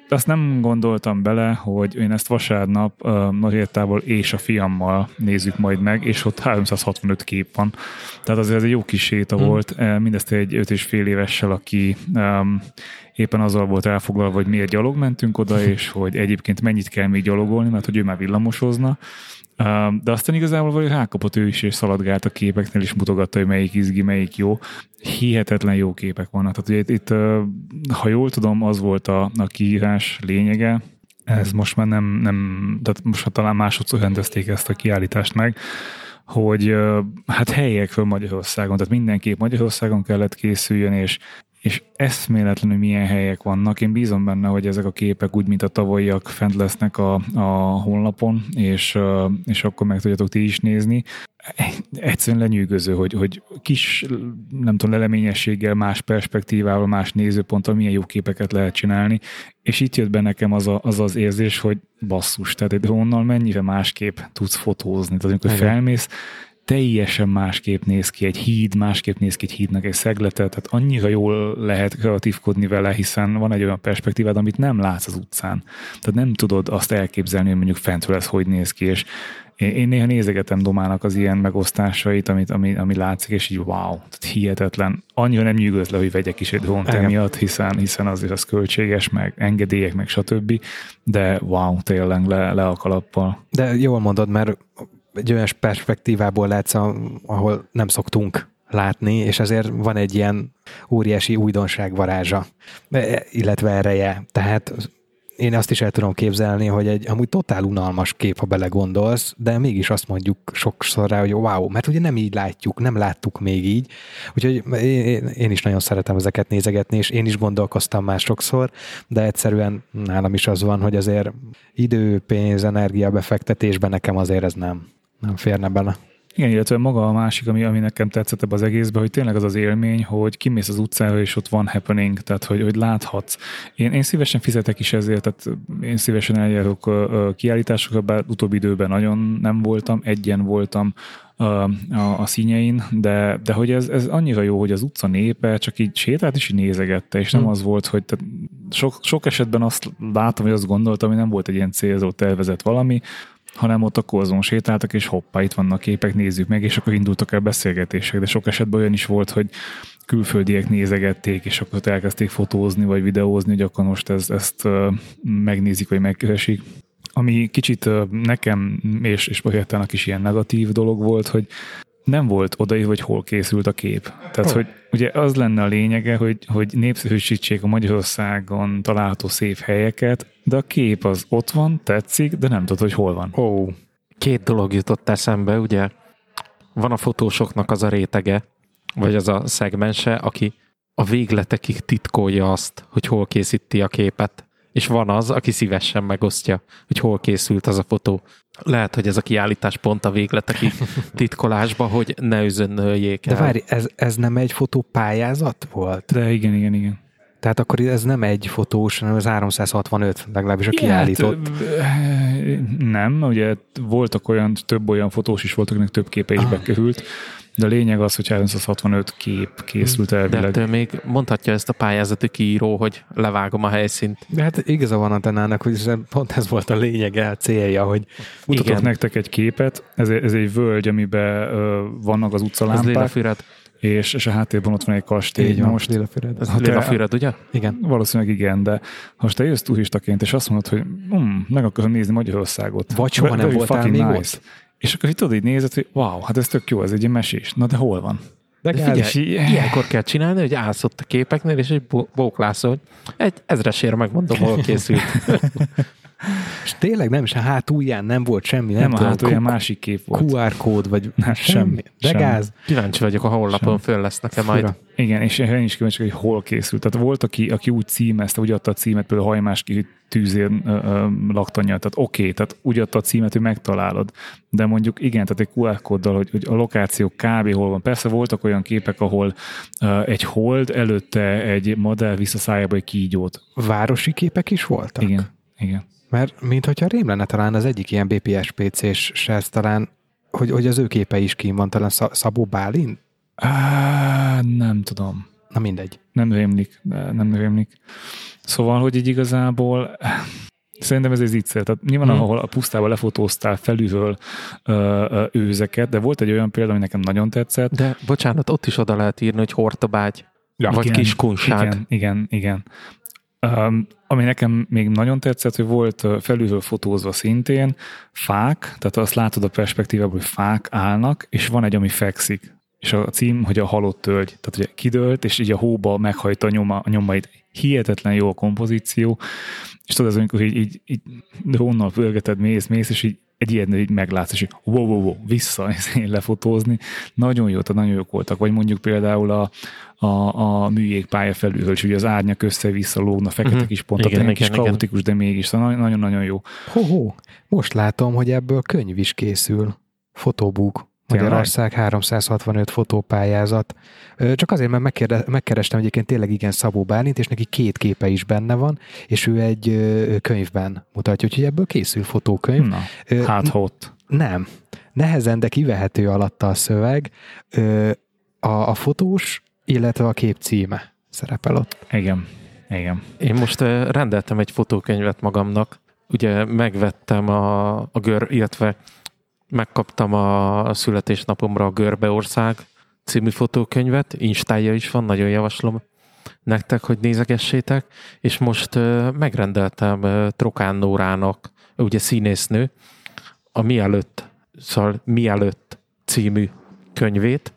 azt nem gondoltam bele, hogy én ezt vasárnap uh, Nagyértából és a fiammal nézzük majd meg, és ott háromszázhatvanöt kép van. Tehát azért ez egy jó kis séta hmm. volt, mindezt egy öt és fél évessel, aki um, éppen azzal volt elfoglalva, hogy miért gyalog mentünk oda, és hogy egyébként mennyit kell még gyalogolni, mert hogy ő már villamosozna. De aztán igazából valahogy rákapott ő is, és szaladgált a képeknél, és mutogatta, hogy melyik izgi, melyik jó. Hihetetlen jó képek vannak. Tehát ugye itt, itt ha jól tudom, az volt a, a kiírás lényege. Ez most már nem, nem tehát most talán másodszor rendezték ezt a kiállítást meg, hogy hát helyekről Magyarországon, tehát mindenképp Magyarországon kellett készüljön, és és eszméletlenül milyen helyek vannak. Én bízom benne, hogy ezek a képek úgy, mint a tavalyiak fent lesznek a, a honlapon, és, és akkor meg tudjátok ti is nézni. Egyszerűen lenyűgöző, hogy, hogy kis, nem tudom, leleményességgel, más perspektívával, más nézőponttal milyen jó képeket lehet csinálni, és itt jött be nekem az a, az, az érzés, hogy basszus, tehát egy drónnal mennyire másképp tudsz fotózni. Tehát amikor felmész, teljesen másképp néz ki egy híd, másképp néz ki egy hídnak egy szeglete, tehát annyira jól lehet kreatívkodni vele, hiszen van egy olyan perspektívád, amit nem látsz az utcán. Tehát nem tudod azt elképzelni, hogy mondjuk fentről ez hogy néz ki, és én néha nézegetem Domának az ilyen megosztásait, amit, ami, ami látszik, és így wow, tehát hihetetlen. Annyira nem nyűgöz le, hogy vegyek is egy drónt emiatt, hiszen, hiszen azért az költséges, meg engedélyek, meg stb. De wow, tényleg le, le a kalappal. De jól mondod, mert egy olyan perspektívából látsz, ahol nem szoktunk látni, és ezért van egy ilyen óriási újdonság varázsa, illetve ereje. Tehát én azt is el tudom képzelni, hogy egy amúgy totál unalmas kép, ha belegondolsz, de mégis azt mondjuk sokszor rá, hogy wow, mert ugye nem így látjuk, nem láttuk még így. Úgyhogy én, én is nagyon szeretem ezeket nézegetni, és én is gondolkoztam már sokszor, de egyszerűen nálam is az van, hogy azért idő, pénz, energia befektetésben nekem azért ez nem, nem férne bele. Igen, illetve maga a másik, ami, ami nekem tetszett ebbe az egészben, hogy tényleg az az élmény, hogy kimész az utcára, és ott van happening, tehát hogy, hogy láthatsz. Én, én szívesen fizetek is ezért, tehát én szívesen eljárok kiállításokra, bár utóbbi időben nagyon nem voltam, egyen voltam a, a, a színjein, de, de hogy ez, ez annyira jó, hogy az utca népe csak így sétált és így nézegette, és nem hmm. az volt, hogy tehát sok, sok esetben azt látom, hogy azt gondoltam, hogy nem volt egy ilyen célzott tervezett valami, hanem ott akkor azon sétáltak, és hoppá, itt vannak képek, nézzük meg, és akkor indultak el beszélgetések, de sok esetben olyan is volt, hogy külföldiek nézegették, és akkor elkezdték fotózni, vagy videózni, hogy akkor most ez, ezt uh, megnézik, vagy megkeresik. Ami kicsit uh, nekem, és, és Bajettának is ilyen negatív dolog volt, hogy nem volt odaírva, hogy hol készült a kép. Tehát, oh. hogy ugye az lenne a lényege, hogy, hogy népszerűsítsék a Magyarországon található szép helyeket, de a kép az ott van, tetszik, de nem tudod, hogy hol van. Oh. Két dolog jutott eszembe, ugye van a fotósoknak az a rétege, vagy az a szegmense, aki a végletekig titkolja azt, hogy hol készíti a képet, és van az, aki szívesen megosztja, hogy hol készült az a fotó. Lehet, hogy ez a kiállítás pont a végletekig titkolásba, hogy ne üzönnöljék el. De várj, ez, ez nem egy fotópályázat volt? De igen, igen, igen. Tehát akkor ez nem egy fotós, hanem az háromszázhatvanöt, legalábbis a kiállított. Hát, nem, ugye voltak olyan, több olyan fotós is voltak, akinek több képe is ah. bekerült, de a lényeg az, hogy háromszázhatvanöt kép készült elvileg. De még mondhatja ezt a pályázati kiíró, hogy levágom a helyszínt. De hát igaza van Antennának, hogy pont ez volt a lényege, a célja, hogy mutatok igen. nektek egy képet, ez, ez egy völgy, amiben uh, vannak az utcalámpák. Ez Lélafüred. És, és a háttérben ott van egy kastély. Így van, most Lélafüred. Ez Lélafüred, ugye? Igen. Valószínűleg igen, de most te jössz turistaként, és azt mondod, hogy hm, meg akarom nézni Magyarországot. Vagy soha nem voltál még nice. Ott? És akkor itt tudod, így nézed, hogy wow, hát ez tök jó, ez egy ilyen mesés. Na de hol van? De, de figyelj, így... ilyenkor kell csinálni, hogy állsz ott a képeknél, és egy bóklász, hogy egy ezresért megmondom, hol készült. És tényleg nem, és a hátulján nem volt semmi. Nem, nem a hátulján másik kép volt. kú ár kód, vagy nem, semmi. De semmi. Gáz. Kíváncsi vagyok, a honlapon föl lesz nekem majd. Fura. Igen, és én is kíváncsi, hogy hol készült. Tehát volt, aki, aki úgy címezte, úgy adta a címet, például Hajmáski tűzér laktanya, tehát oké, okay, tehát úgy adta a címet, hogy megtalálod. De mondjuk igen, tehát egy kú ár kóddal, hogy, hogy a lokáció kb. Hol van. Persze voltak olyan képek, ahol uh, egy hold, előtte egy modell visz a szájába egy kígyót. Városi képek is voltak? Igen, igen. Mert mint hogyha rém lenne talán az egyik ilyen bé pé es pé cés srác talán, hogy, hogy az ő képe is kín van, talán Szabó Bálint? Á, nem tudom. Na mindegy. Nem rémlik, nem rémlik. Szóval, hogy így igazából szerintem ez egy zicser. Tehát nyilván, hmm. ahol a pusztában lefotóztál felülről ö, ö, őzeket, de volt egy olyan példa, ami nekem nagyon tetszett. De bocsánat, ott is oda lehet írni, hogy hortobágy, ja, vagy igen, kiskunság. Igen, igen, igen. Um, ami nekem még nagyon tetszett, hogy volt felülről fotózva szintén fák, tehát azt látod a perspektívában, hogy fák állnak, és van egy, ami fekszik. És a cím, hogy a halott tölgy. Tehát ugye kidőlt, és így a hóba meghajta a, nyoma, a nyomait. Hihetetlen jó a kompozíció. És tudod, az, amikor így, így, így drónnal pörgeted, mész, mész, és így egy ilyen így meglátsz, és így wow, wow, wow, vissza lefotózni. Nagyon jó, tehát nagyon jók voltak. Vagy mondjuk például a, a, a műjégpálya felülről, és ugye az árnyak össze-vissza lógna, fekete uh-huh. kis pont, igen, igen, kis igen, kaotikus, de mégis, szóval nagyon-nagyon jó. Ho-ho, most látom, hogy ebből könyv is készül. Fotóbúk. Magyarország háromszázhatvanöt fotópályázat. Csak azért, mert megkérde, megkerestem egyébként tényleg igen Szabó Bálint, és neki két képe is benne van, és ő egy könyvben mutatja, úgyhogy ebből készül fotókönyv. Na, hát ott. Nem. Nehezen, de kivehető alatta a szöveg. A, a fotós, illetve a kép címe szerepel ott. Igen. Igen. Én most rendeltem egy fotókönyvet magamnak. Ugye megvettem a, a gör, illetve megkaptam a születésnapomra a Görbeország című fotókönyvet, instája is van, nagyon javaslom nektek, hogy nézegessétek, és most uh, megrendeltem uh, Trokán Nórának, ugye színésznő, a Mielőtt, szóval Mielőtt című könyvét.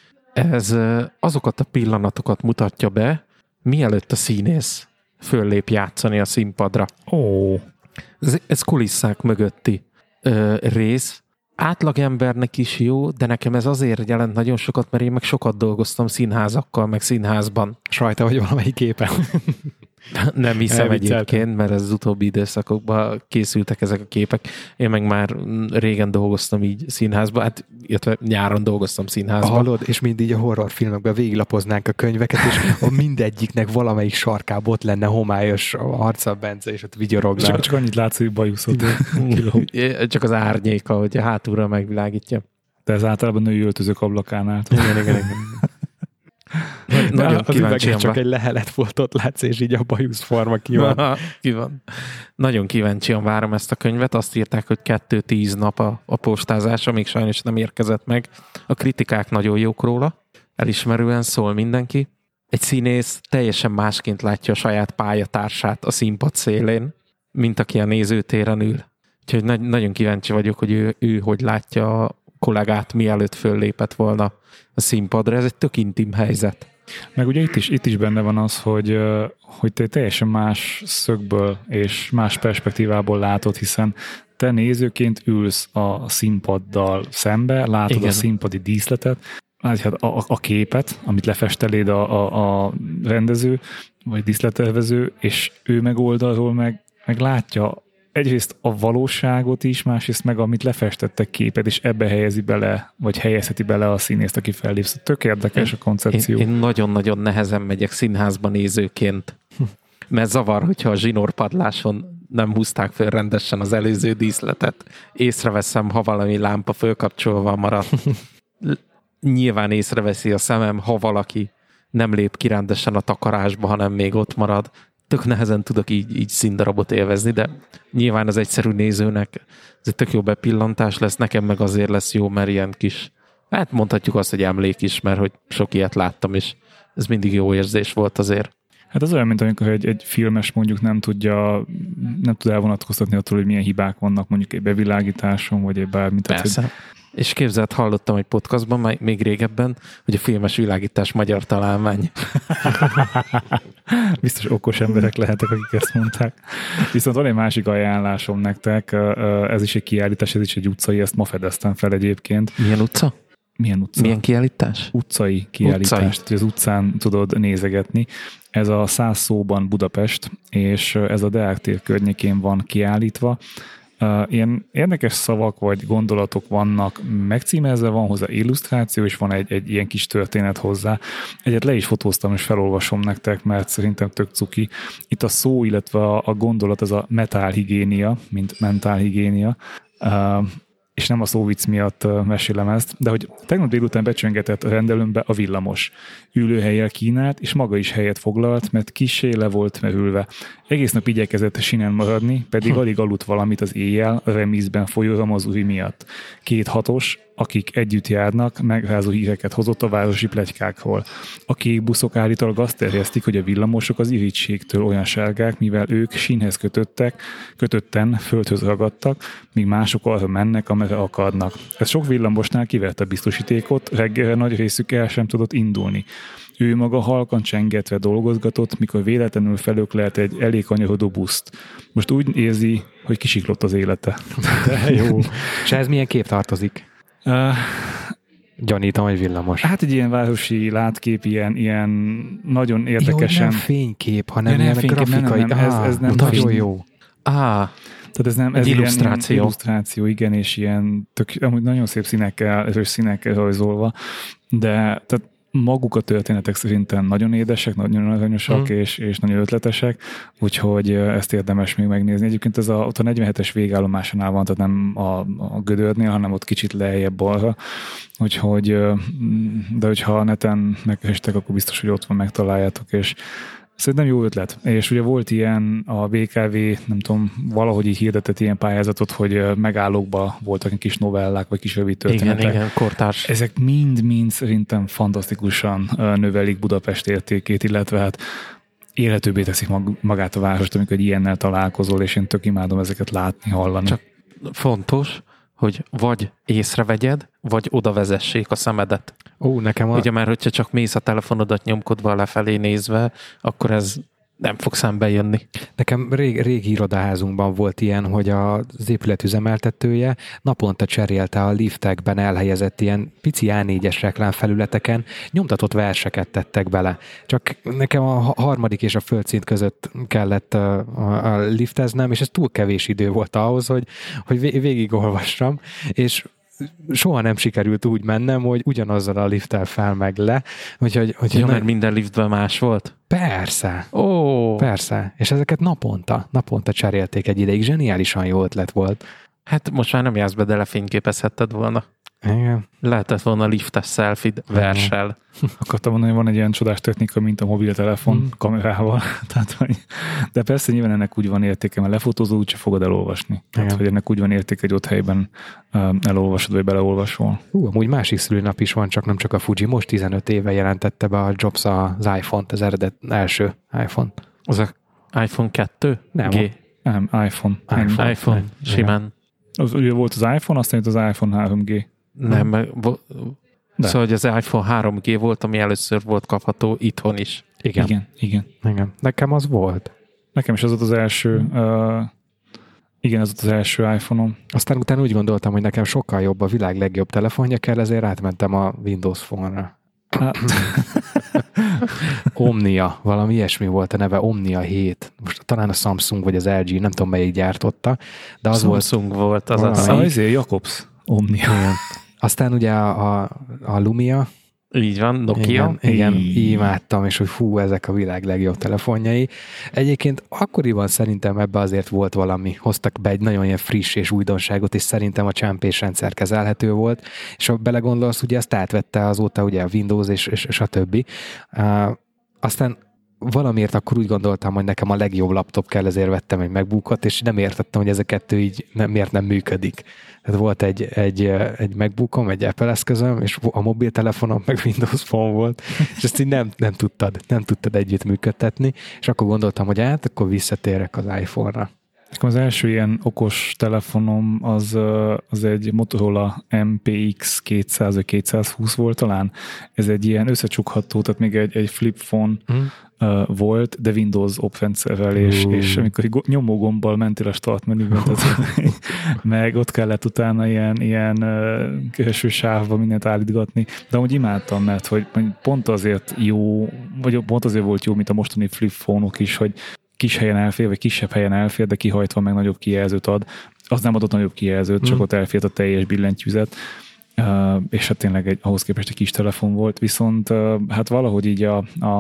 Ez uh, azokat a pillanatokat mutatja be, mielőtt a színész föllép játszani a színpadra. Ó. Ez, ez kulisszák mögötti uh, rész. Átlagembernek is jó, de nekem ez azért jelent nagyon sokat, mert én meg sokat dolgoztam színházakkal, meg színházban. Sajta vagy valamelyik képen. Nem hiszem egyébként, mert az utóbbi időszakokban készültek ezek a képek. Én meg már régen dolgoztam így színházban, hát illetve nyáron dolgoztam színházban. Hallod, és mindig a horrorfilmekben végiglapoznánk a könyveket, és a mindegyiknek valamelyik sarkában ott lenne homályos arca Bence, és ott vigyorogna. Csak, csak annyit látsz, hogy bajuszod. Csak az árnyéka, hogy a hátulra megvilágítja. De ez általában női öltözők ablakánál. Igen, igen, igen. Nagyon kíváncsian csak egy lehelet volt ott, látsz, és így a bajusz forma ki van. ki van. Nagyon kíváncsian várom ezt a könyvet. Azt írták, hogy kettő tíz nap a, a postázása, még sajnos nem érkezett meg. A kritikák nagyon jók róla, elismerően szól mindenki. Egy színész teljesen másként látja a saját pályatársát a színpad szélén, mint aki a nézőtéren ül. Úgyhogy nagy, nagyon kíváncsi vagyok, hogy ő, ő hogy látja a kollégát, mielőtt föllépett volna a színpadra. Ez egy tök intim helyzet. Meg ugye itt is, itt is benne van az, hogy, hogy te teljesen más szögből és más perspektívából látod, hiszen te nézőként ülsz a színpaddal szembe, látod igen. a színpadi díszletet, látod a, a képet, amit lefesteléd a, a, a rendező, vagy díszlettervező, és ő meg oldalról meg, meg látja egyrészt a valóságot is, másrészt meg amit lefestettek képet, és ebbe helyezi bele, vagy helyezheti bele a színészt, aki fellép. Tök érdekes a koncepció. Én, én nagyon-nagyon nehezen megyek színházba nézőként, mert zavar, hogyha a zsinórpadláson nem húzták föl rendesen az előző díszletet. Észreveszem, ha valami lámpa fölkapcsolva maradt. Nyilván észreveszi a szemem, ha valaki nem lép ki rendesen a takarásba, hanem még ott marad. Tök nehezen tudok így, így színdarabot élvezni, de nyilván az egyszerű nézőnek ez egy tök jó bepillantás lesz, nekem meg azért lesz jó, mert ilyen kis, hát mondhatjuk azt, hogy emlék is, mert hogy sok ilyet láttam, és ez mindig jó érzés volt azért. Hát az olyan, mint amikor egy, egy filmes mondjuk nem tudja, nem tud elvonatkoztatni attól, hogy milyen hibák vannak mondjuk egy bevilágításon, vagy egy bármit. Persze. Hogy... És képzeld, hallottam egy podcastban, még régebben, hogy a filmes világítás magyar találmány. Biztos okos emberek lehetek, akik ezt mondták. Viszont van egy másik ajánlásom nektek, ez is egy kiállítás, ez is egy utcai, ezt ma fedeztem fel egyébként. Milyen utca? Milyen utca? Milyen kiállítás? Utcai kiállítás, utcai. Az utcán tudod nézegetni. Ez a Száz szóban Budapest, és ez a Deák tér környékén van kiállítva. Uh, ilyen érdekes szavak vagy gondolatok vannak megcímezve, van hozzá illusztráció, és van egy, egy ilyen kis történet hozzá. Egyet le is fotóztam, és felolvasom nektek, mert szerintem tök cuki. Itt a szó, illetve a, a gondolat, ez a metálhigiénia, mint mentálhigiénia. Uh, és nem a szóvic miatt mesélem ezt, de hogy tegnap délután becsöngetett a rendelőmbe a villamos. Ülőhellyel kínált, és maga is helyet foglalt, mert kissé le volt merülve. Egész nap igyekezett sinen maradni, pedig alig aludt valamit az éjjel a remízben folyó ramazúri miatt. Két hatos, akik együtt járnak, megrázó híreket hozott a városi pletykákról. A kék buszok állítólag azt terjesztik, hogy a villamosok az irítségtől olyan sárgák, mivel ők sínhez kötöttek, kötötten földhöz ragadtak, míg mások arra mennek, amerre akarnak. Ez sok villamosnál kivert a biztosítékot, reggelre nagy részük el sem tudott indulni. Ő maga halkan csengetve dolgozgatott, mikor véletlenül felöklelt egy elég kanyarodó buszt. Most úgy érzi, hogy kisiklott az élete. De jó. És ez milyen kép tartozik? Uh, Gyanítom, hogy villamos. Hát egy ilyen városi látkép, ilyen, ilyen nagyon érdekesen... Jó, nem fénykép, hanem ja, ilyen fénykép, grafikai. Nem, nem, nem. Ez, ez nem nagyon fény. jó. Ah, Tehát ez nem, ez egy illusztráció. Ilyen illusztráció, igen, és ilyen tök, amúgy nagyon szép színekkel, erős színekkel rajzolva, de tehát maguk a történetek szerintem nagyon édesek, nagyon aranyosak, mm. és, és nagyon ötletesek, úgyhogy ezt érdemes még megnézni. Egyébként ez a, ott a negyvenhetes végállomásánál van, tehát nem a, a Gödörnél, hanem ott kicsit lejjebb balra, úgyhogy, de hogyha a neten megkerestek, akkor biztos, hogy ott van, megtaláljátok, és szerintem jó ötlet. És ugye volt ilyen a bé ká vé, nem tudom, valahogy így hirdetett ilyen pályázatot, hogy megállókba voltak kis novellák, vagy kis rövid történetek. Igen, igen, kortárs. Ezek mind-mind szerintem fantasztikusan növelik Budapest értékét, illetve hát élhetőbbé teszik magát a várost, amikor egy ilyennel találkozol, és én tök imádom ezeket látni, hallani. Csak fontos, hogy vagy észrevegyed, vagy oda vezessék a szemedet. Ó, nekem a... Ugye már, hogyha csak mész a telefonodat nyomkodva lefelé nézve, akkor ez nem fog szembe jönni. Nekem rég, régi irodaházunkban volt ilyen, hogy az épület üzemeltetője naponta cserélte a liftekben elhelyezett ilyen pici á négyes reklámfelületeken, nyomtatott verseket tettek bele. Csak nekem a harmadik és a földszint között kellett a, a, a lifteznem, és ez túl kevés idő volt ahhoz, hogy, hogy végigolvassam, és soha nem sikerült úgy mennem, hogy ugyanazzal a lifttel fel meg le. Úgyhogy, hogy ja, nem... mert minden liftben más volt? Persze. Ó. Persze. És ezeket naponta, naponta cserélték egy ideig. Zseniálisan jó ötlet volt. Hát most már nem jársz be, de lefényképezhetted volna. Igen. Lehetett volna liftes selfie-d verssel. Akartam mondani, hogy van egy ilyen csodás technika, mint a mobiltelefon hmm. kamerával. Tehát, hogy... De persze nyilván ennek úgy van értéke, mert lefotózó úgyse fogod elolvasni. Tehát, hogy ennek úgy van értéke, hogy ott helyben um, elolvasod, vagy beleolvasol. Hú, amúgy másik szülőnap is van, csak nem csak a Fuji. Most tizenöt éve jelentette be a Jobs az iPhone-t, az eredet első iPhone. Az a iPhone kettő? Nem. G. Nem, iPhone. iPhone, iPhone. simán. Az, ugye volt az iPhone, aztán jött az iPhone három G. Nem, meg, de. Szóval hogy az iPhone három G volt, ami először volt kapható itthon is. Igen. Igen, igen. igen. Nekem az volt. Nekem is az volt az első, uh, igen, az volt az első iPhone-om. Aztán utána úgy gondoltam, hogy nekem sokkal jobb, a világ legjobb telefonja kell, ezért átmentem a Windows Phone-ra. Hát. Omnia, valami ilyesmi volt a neve, Omnia hét. Most talán a Samsung vagy az el gé, nem tudom melyik gyártotta, de az Samsung volt. volt az az az azért Jakobs Omnia. Igen. Aztán ugye a, a, a Lumia. Így van, Nokia. Igen, igen, imádtam, és hogy fú, ezek a világ legjobb telefonjai. Egyébként akkoriban szerintem ebbe azért volt valami. Hoztak be egy nagyon ilyen friss és újdonságot, és szerintem a csempés rendszer kezelhető volt, és ha belegondolsz, ugye ezt átvette azóta ugye a Windows és, és, és a többi. Uh, aztán valamiért akkor úgy gondoltam, hogy nekem a legjobb laptop kell, ezért vettem egy MacBookot, és nem értettem, hogy ez a kettő így nem, miért nem működik. Tehát volt egy, egy, egy MacBookom, egy Apple eszközöm, és a mobiltelefonom meg Windows Phone volt, és ezt így nem, nem tudtad, nem tudtad együtt működtetni, és akkor gondoltam, hogy hát, akkor visszatérek az iPhone-ra. Az első ilyen okos telefonom az, az egy Motorola em pé iksz kétszáz vagy kétszázhúsz volt talán. Ez egy ilyen összecsukható, tehát még egy, egy flip phone hmm. uh, volt, de Windows oprendszerrel, és, uh. és amikor nyomógombbal mentél a start menüben, meg ott kellett utána ilyen, ilyen uh, keresősávba mindent állítgatni, de amúgy imádtam, mert hogy pont azért jó, vagy pont azért volt jó, mint a mostani flip phone-ok is, hogy kis helyen elfér, vagy kisebb helyen elfér, de kihajtva meg nagyobb kijelzőt ad. Az nem adott nagyobb kijelzőt, csak mm. ott elfért a teljes billentyűzet, uh, és hát tényleg egy, ahhoz képest egy kis telefon volt, viszont uh, hát valahogy így a, a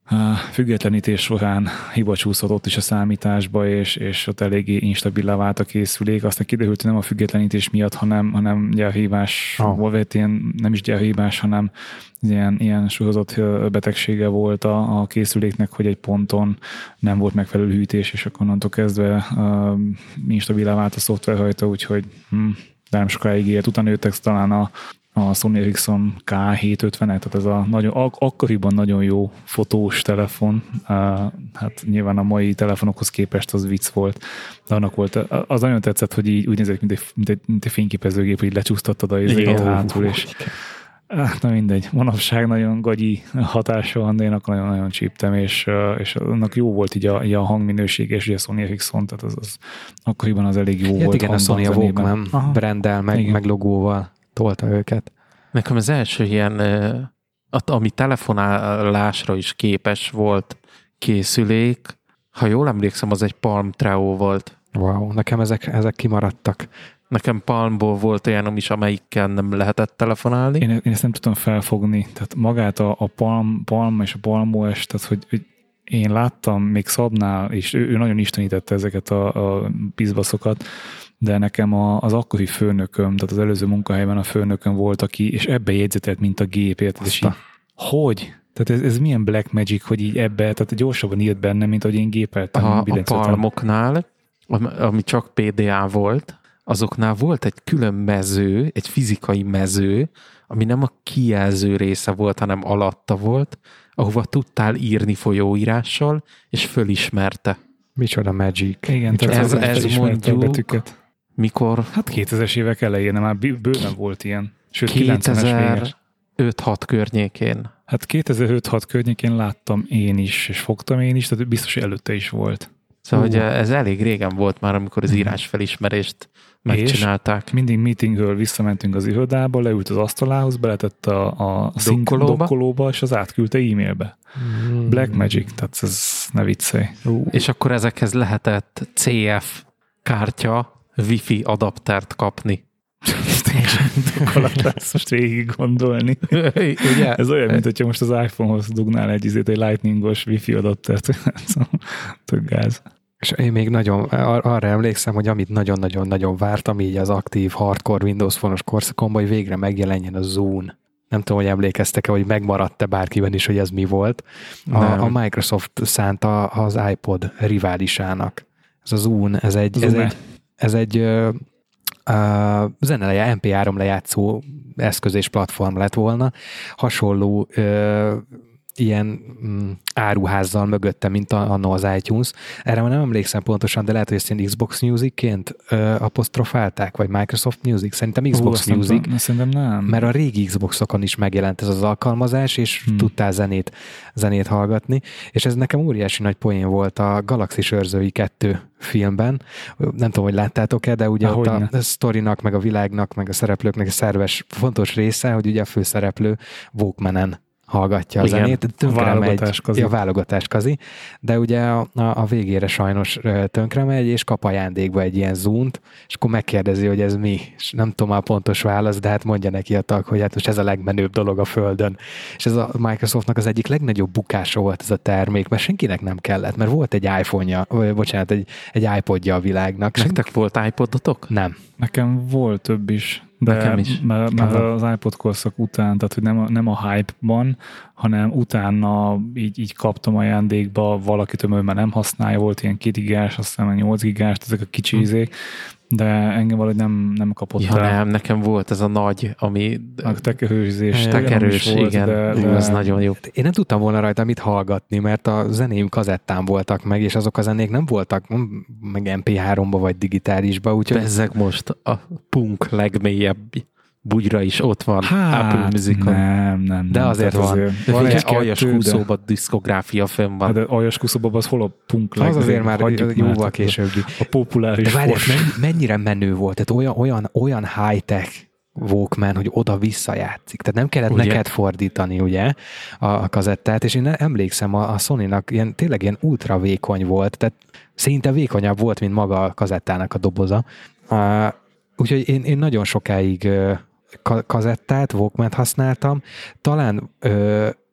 függetlenítés során hiba csúszott ott is a számításba, és, és ott eléggé instabilá vált a készülék. Aztán kiderült, hogy nem a függetlenítés miatt, hanem, hanem gyárhibás oh. volt, ilyen, nem is gyárhibás, hanem ilyen, ilyen sorozott betegsége volt a, a készüléknek, hogy egy ponton nem volt megfelelő hűtés, és akkor onnantól kezdve uh, instabilá vált a szoftver rajta, úgyhogy hm, nem sokáig élt. Utána jöttek talán a a Sony Ericsson K hétszázötvenek, tehát ez a nagyon, ak- akkoriban nagyon jó fotós telefon, uh, hát nyilván a mai telefonokhoz képest az vicc volt, de annak volt, az nagyon tetszett, hogy így úgy nézett, mint egy, mint egy, mint egy fényképezőgép, hogy így lecsúsztattad a izéket hátul, és hát na mindegy, manapság nagyon gagyi hatása van, de én akkor nagyon-nagyon csíptem, és, és annak jó volt így a, így a hangminőség, és ugye a Sony Ericsson, tehát az, az akkoriban az elég jó hát volt. Igen, a Sony a Walkman branddel, meg, meg logóval tolta őket. Nekem az első ilyen, ami telefonálásra is képes volt készülék, ha jól emlékszem, az egy Palm Treo volt. Wow, nekem ezek, ezek kimaradtak. Nekem Palmból volt olyan is, amelyikkel nem lehetett telefonálni. Én, én ezt nem tudom felfogni. Tehát magát a, a Palm, Palm és a Palm o es, tehát hogy, hogy én láttam még Szabnál, és ő, ő nagyon istenítette ezeket a, a bizbaszokat, de nekem a, az akkori főnököm, tehát az előző munkahelyben a főnököm volt, aki, és ebbe jegyzetelt, mint a gépért. És így, hogy? Tehát ez, ez milyen Black Magic, hogy így ebbe, tehát gyorsabban írt benne, mint ahogy én gépeltem. A, a Palmoknál, ami csak pé dé á volt, azoknál volt egy külön mező, egy fizikai mező, ami nem a kijelző része volt, hanem alatta volt, ahova tudtál írni folyóírással, és fölismerte. Micsoda Magic. Igen, tehát ez, ez, ez mondjuk, mikor? Hát kétezres évek elején, már bőven volt ilyen. Sőt, kétezer-öt-hat környékén. Hát kétezer-öt-hat környékén láttam én is, és fogtam én is, tehát biztos, hogy előtte is volt. Szóval uh. ez elég régen volt már, amikor az írásfelismerést megcsinálták. És mindig meetingről visszamentünk az irodába, leült az asztalához, beletett a, a dokkolóba. dokkolóba, és az átküldte e-mailbe. Mm. Black Magic, tehát ez ne viccelj. Uh. És akkor ezekhez lehetett cé ef kártya, wifi adaptert kapni. Ezt most végig gondolni. Ugye? Ez olyan, mint hogyha most az iPhone-hoz dugnál egy, egy lightningos wifi adaptert. Tök gáz. És én még nagyon ar- arra emlékszem, hogy amit nagyon-nagyon-nagyon vártam így az aktív hardcore Windows Phone-os korszakomban, hogy végre megjelenjen a Zune. Nem tudom, hogy emlékeztek-e, hogy megmaradt-e bárkiben is, hogy ez mi volt. A, a Microsoft szánta az iPod riválisának. Ez a Zune, ez egy, ez egy, ez egy uh, uh, zene em pé három lejátszó eszköz és platform lett volna. Hasonló uh, ilyen mm, áruházzal mögötte, mint anno az iTunes. Erre már nem emlékszem pontosan, de lehet, hogy ezt ilyen Xbox Music-ként ö, apostrofálták, vagy Microsoft Music. Szerintem Xbox Ó, Music. Nem, szerintem nem. Mert a régi Xboxokon is megjelent ez az alkalmazás, és hmm. tudtál zenét, zenét hallgatni. És ez nekem óriási nagy poén volt a Galaxis őrzői kettő filmben. Nem tudom, hogy láttátok-e, de ugye Ahogy ott a ne. sztorinak, meg a világnak, meg a szereplőknek a szerves fontos része, hogy ugye a főszereplő Walkmanen hallgatja a zenét. Tönkre megy, a válogatás kazi, de ugye a, a, a végére sajnos tönkre megy, és kap ajándékba egy ilyen Zune-t, és akkor megkérdezi, hogy ez mi, és nem tudom már pontos válasz, de hát mondja neki a tag, hogy hát most ez a legmenőbb dolog a Földön. És ez a Microsoftnak az egyik legnagyobb bukása volt ez a termék, mert senkinek nem kellett, mert volt egy iPhone-ja, vagy bocsánat, egy, egy iPodja a világnak. Nektek volt iPodotok? Nem. Nekem volt több is. De Nekem is. Mert, mert az iPod korszak után, tehát hogy nem a, nem a hype-ban, hanem utána így, így kaptam ajándékba, valakitől már nem használja, volt ilyen két gigás, aztán nyolc gigás, ezek a kicsi izék, de engem valahogy nem, nem kapott ja, el. nem, nekem volt ez a nagy, ami... A tekerőzés. Tekerős, igen. De, de... Ez nagyon jó. Én nem tudtam volna rajta mit hallgatni, mert a zenéim kazettán voltak meg, és azok a zenék nem voltak meg em pé háromba vagy digitálisba, úgyhogy... Bezzeg most a punk legmélyebb bugyra is ott van. Hát, Apple Musicon. Nem, nem. De nem, azért van. Azért. van egy aljas kuszóban de... diszkográfia fönn van. Hát de aljas kuszóban az hol a punk leg... Az azért már jóval későbbi. A populáris de várjál, mennyire menő volt, tehát olyan, olyan, olyan high-tech Walkman, hogy oda-vissza játszik. Tehát nem kellett ugye? Neked fordítani, ugye, a, a kazettát, és én emlékszem, a, a Sony-nak ilyen, tényleg ilyen ultra vékony volt, tehát szinte vékonyabb volt, mint maga a kazettának a doboza. Uh, úgyhogy én, én nagyon sokáig uh, kazettát, Walkman-t használtam. Talán uh,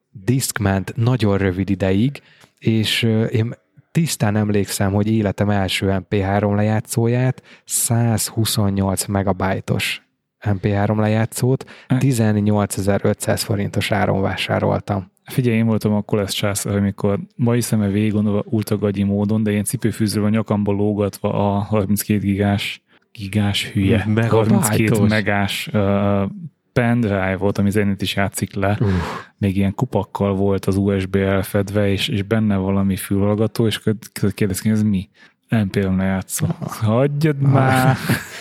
Discman nagyon rövid ideig, és én tisztán emlékszem, hogy életem első em pé három lejátszóját, százhuszonnyolc megabájtos em pé három lejátszót tizennyolcezer-ötszáz forintos áron vásároltam. Figyelj, én voltam akkor lesz csász, amikor ma hiszem, hogy végig gondolva ultragagyi módon, de ilyen cipőfűzőről a nyakamba lógatva a harminckét gigás, gigás hülye, harminckét megás uh, pendrive volt, ami zenét is játszik le. Uh. Még ilyen kupakkal volt az u es bé elfedve, és, és benne valami fülhallgató, és kérdezték, ez mi? em pé három lejátszó. Hagyjad már!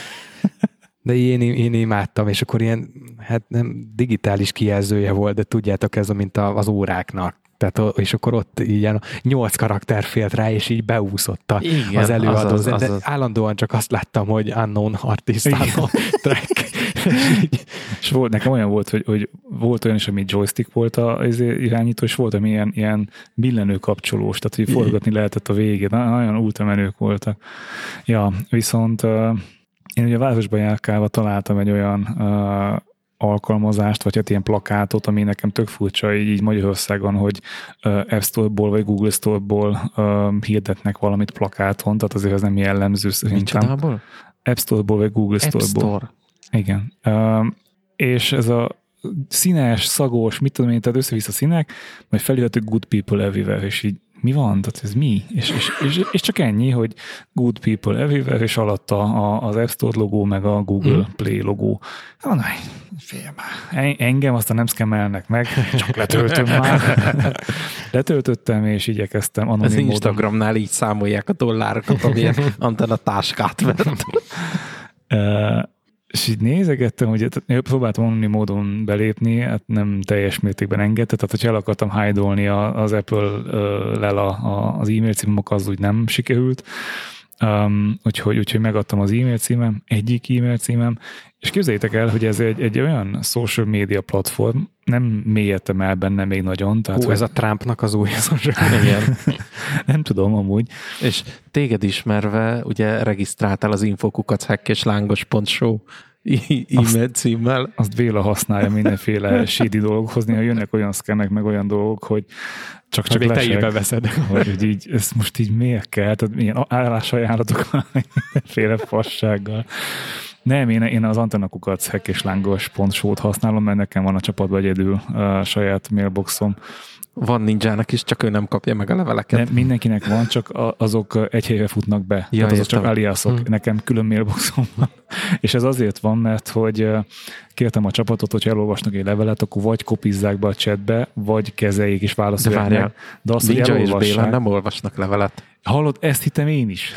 De én, én imádtam, és akkor ilyen, hát nem digitális kijelzője volt, de tudjátok, ez mint az óráknak. Tehát, és akkor ott ilyen nyolc karakter félt rá, és így beúszott a, igen, az előadó. Az, az, az, de az. Állandóan csak azt láttam, hogy unknown artist, unknown track. és, és volt, nekem olyan volt, hogy, hogy volt olyan is, ami joystick volt az irányító, és volt, ami ilyen, ilyen billenő kapcsolós, tehát hogy forgatni lehetett a végén. Nagyon ultramenők voltak. Ja, viszont én ugye a városban járkálva találtam egy olyan uh, alkalmazást, vagy hát ilyen plakátot, ami nekem tök furcsa így, így Magyarországon, hogy uh, App Store-ból vagy Google Store-ból uh, hirdetnek valamit plakáton, tehát azért ez nem jellemző szerintem. Micsodából? App Store-ból vagy Google App Store-ból. Store. Igen. Uh, és ez a színes, szagos, mit tudom én, tehát össze-vissza színek, majd felírható Good People Everywhere, és így mi van? Tehát ez mi? És, és, és, és csak ennyi, hogy Good People Everywhere, és alatta az App Store logó, meg a Google mm. Play logó. Na, fél már. Engem aztán nem szkemmelnek meg, csak letöltöm már. Letöltöttem, és igyekeztem anonim az módon. Instagramnál így számolják a dollárokat, amilyen Anten a táskát vett. uh, és így nézegettem, hogy próbáltam anonim módon belépni, hát nem teljes mértékben engedte, tehát hogyha el akartam hide-olni az Apple-lel az e-mail címem, az úgy nem sikerült. Um, úgyhogy, úgyhogy megadtam az e-mail címem, egyik e-mail címem, és képzeljétek el, hogy ez egy, egy olyan social media platform, nem mélyedtem el benne még nagyon. Tehát, Hú, ez a Trumpnak az új social media. Nem tudom amúgy. És téged ismerve, ugye regisztráltál az infokukat hackeslángos pont show e-mail címmel. Azt Béla használja mindenféle shady dolgokhoz, néha jönnek olyan szkennek, meg olyan dolgok, hogy csak csak lesek, te veszed. Hogy így, ezt most így miért kell? Tehát milyen állásajánlatok van mindenféle fassággal. Nem, én, én az antennakukat hackeslángos pont show-t használom, mert nekem van a csapatban egyedül a saját mailboxom. Van ninjának is, csak ő nem kapja meg a leveleket. Nem, mindenkinek van, csak azok egy helyre futnak be. Ja, tehát azok csak aliasok. Hmm. Nekem külön mailboxom van. És ez azért van, mert hogy kértem a csapatot, hogy elolvasnak egy levelet, akkor vagy kopizzák be a chatbe, vagy kezeljék és válaszolják. De várjál, de azt, Ninja hogy és Béla nem olvasnak levelet. Hallod, ezt hittem én is.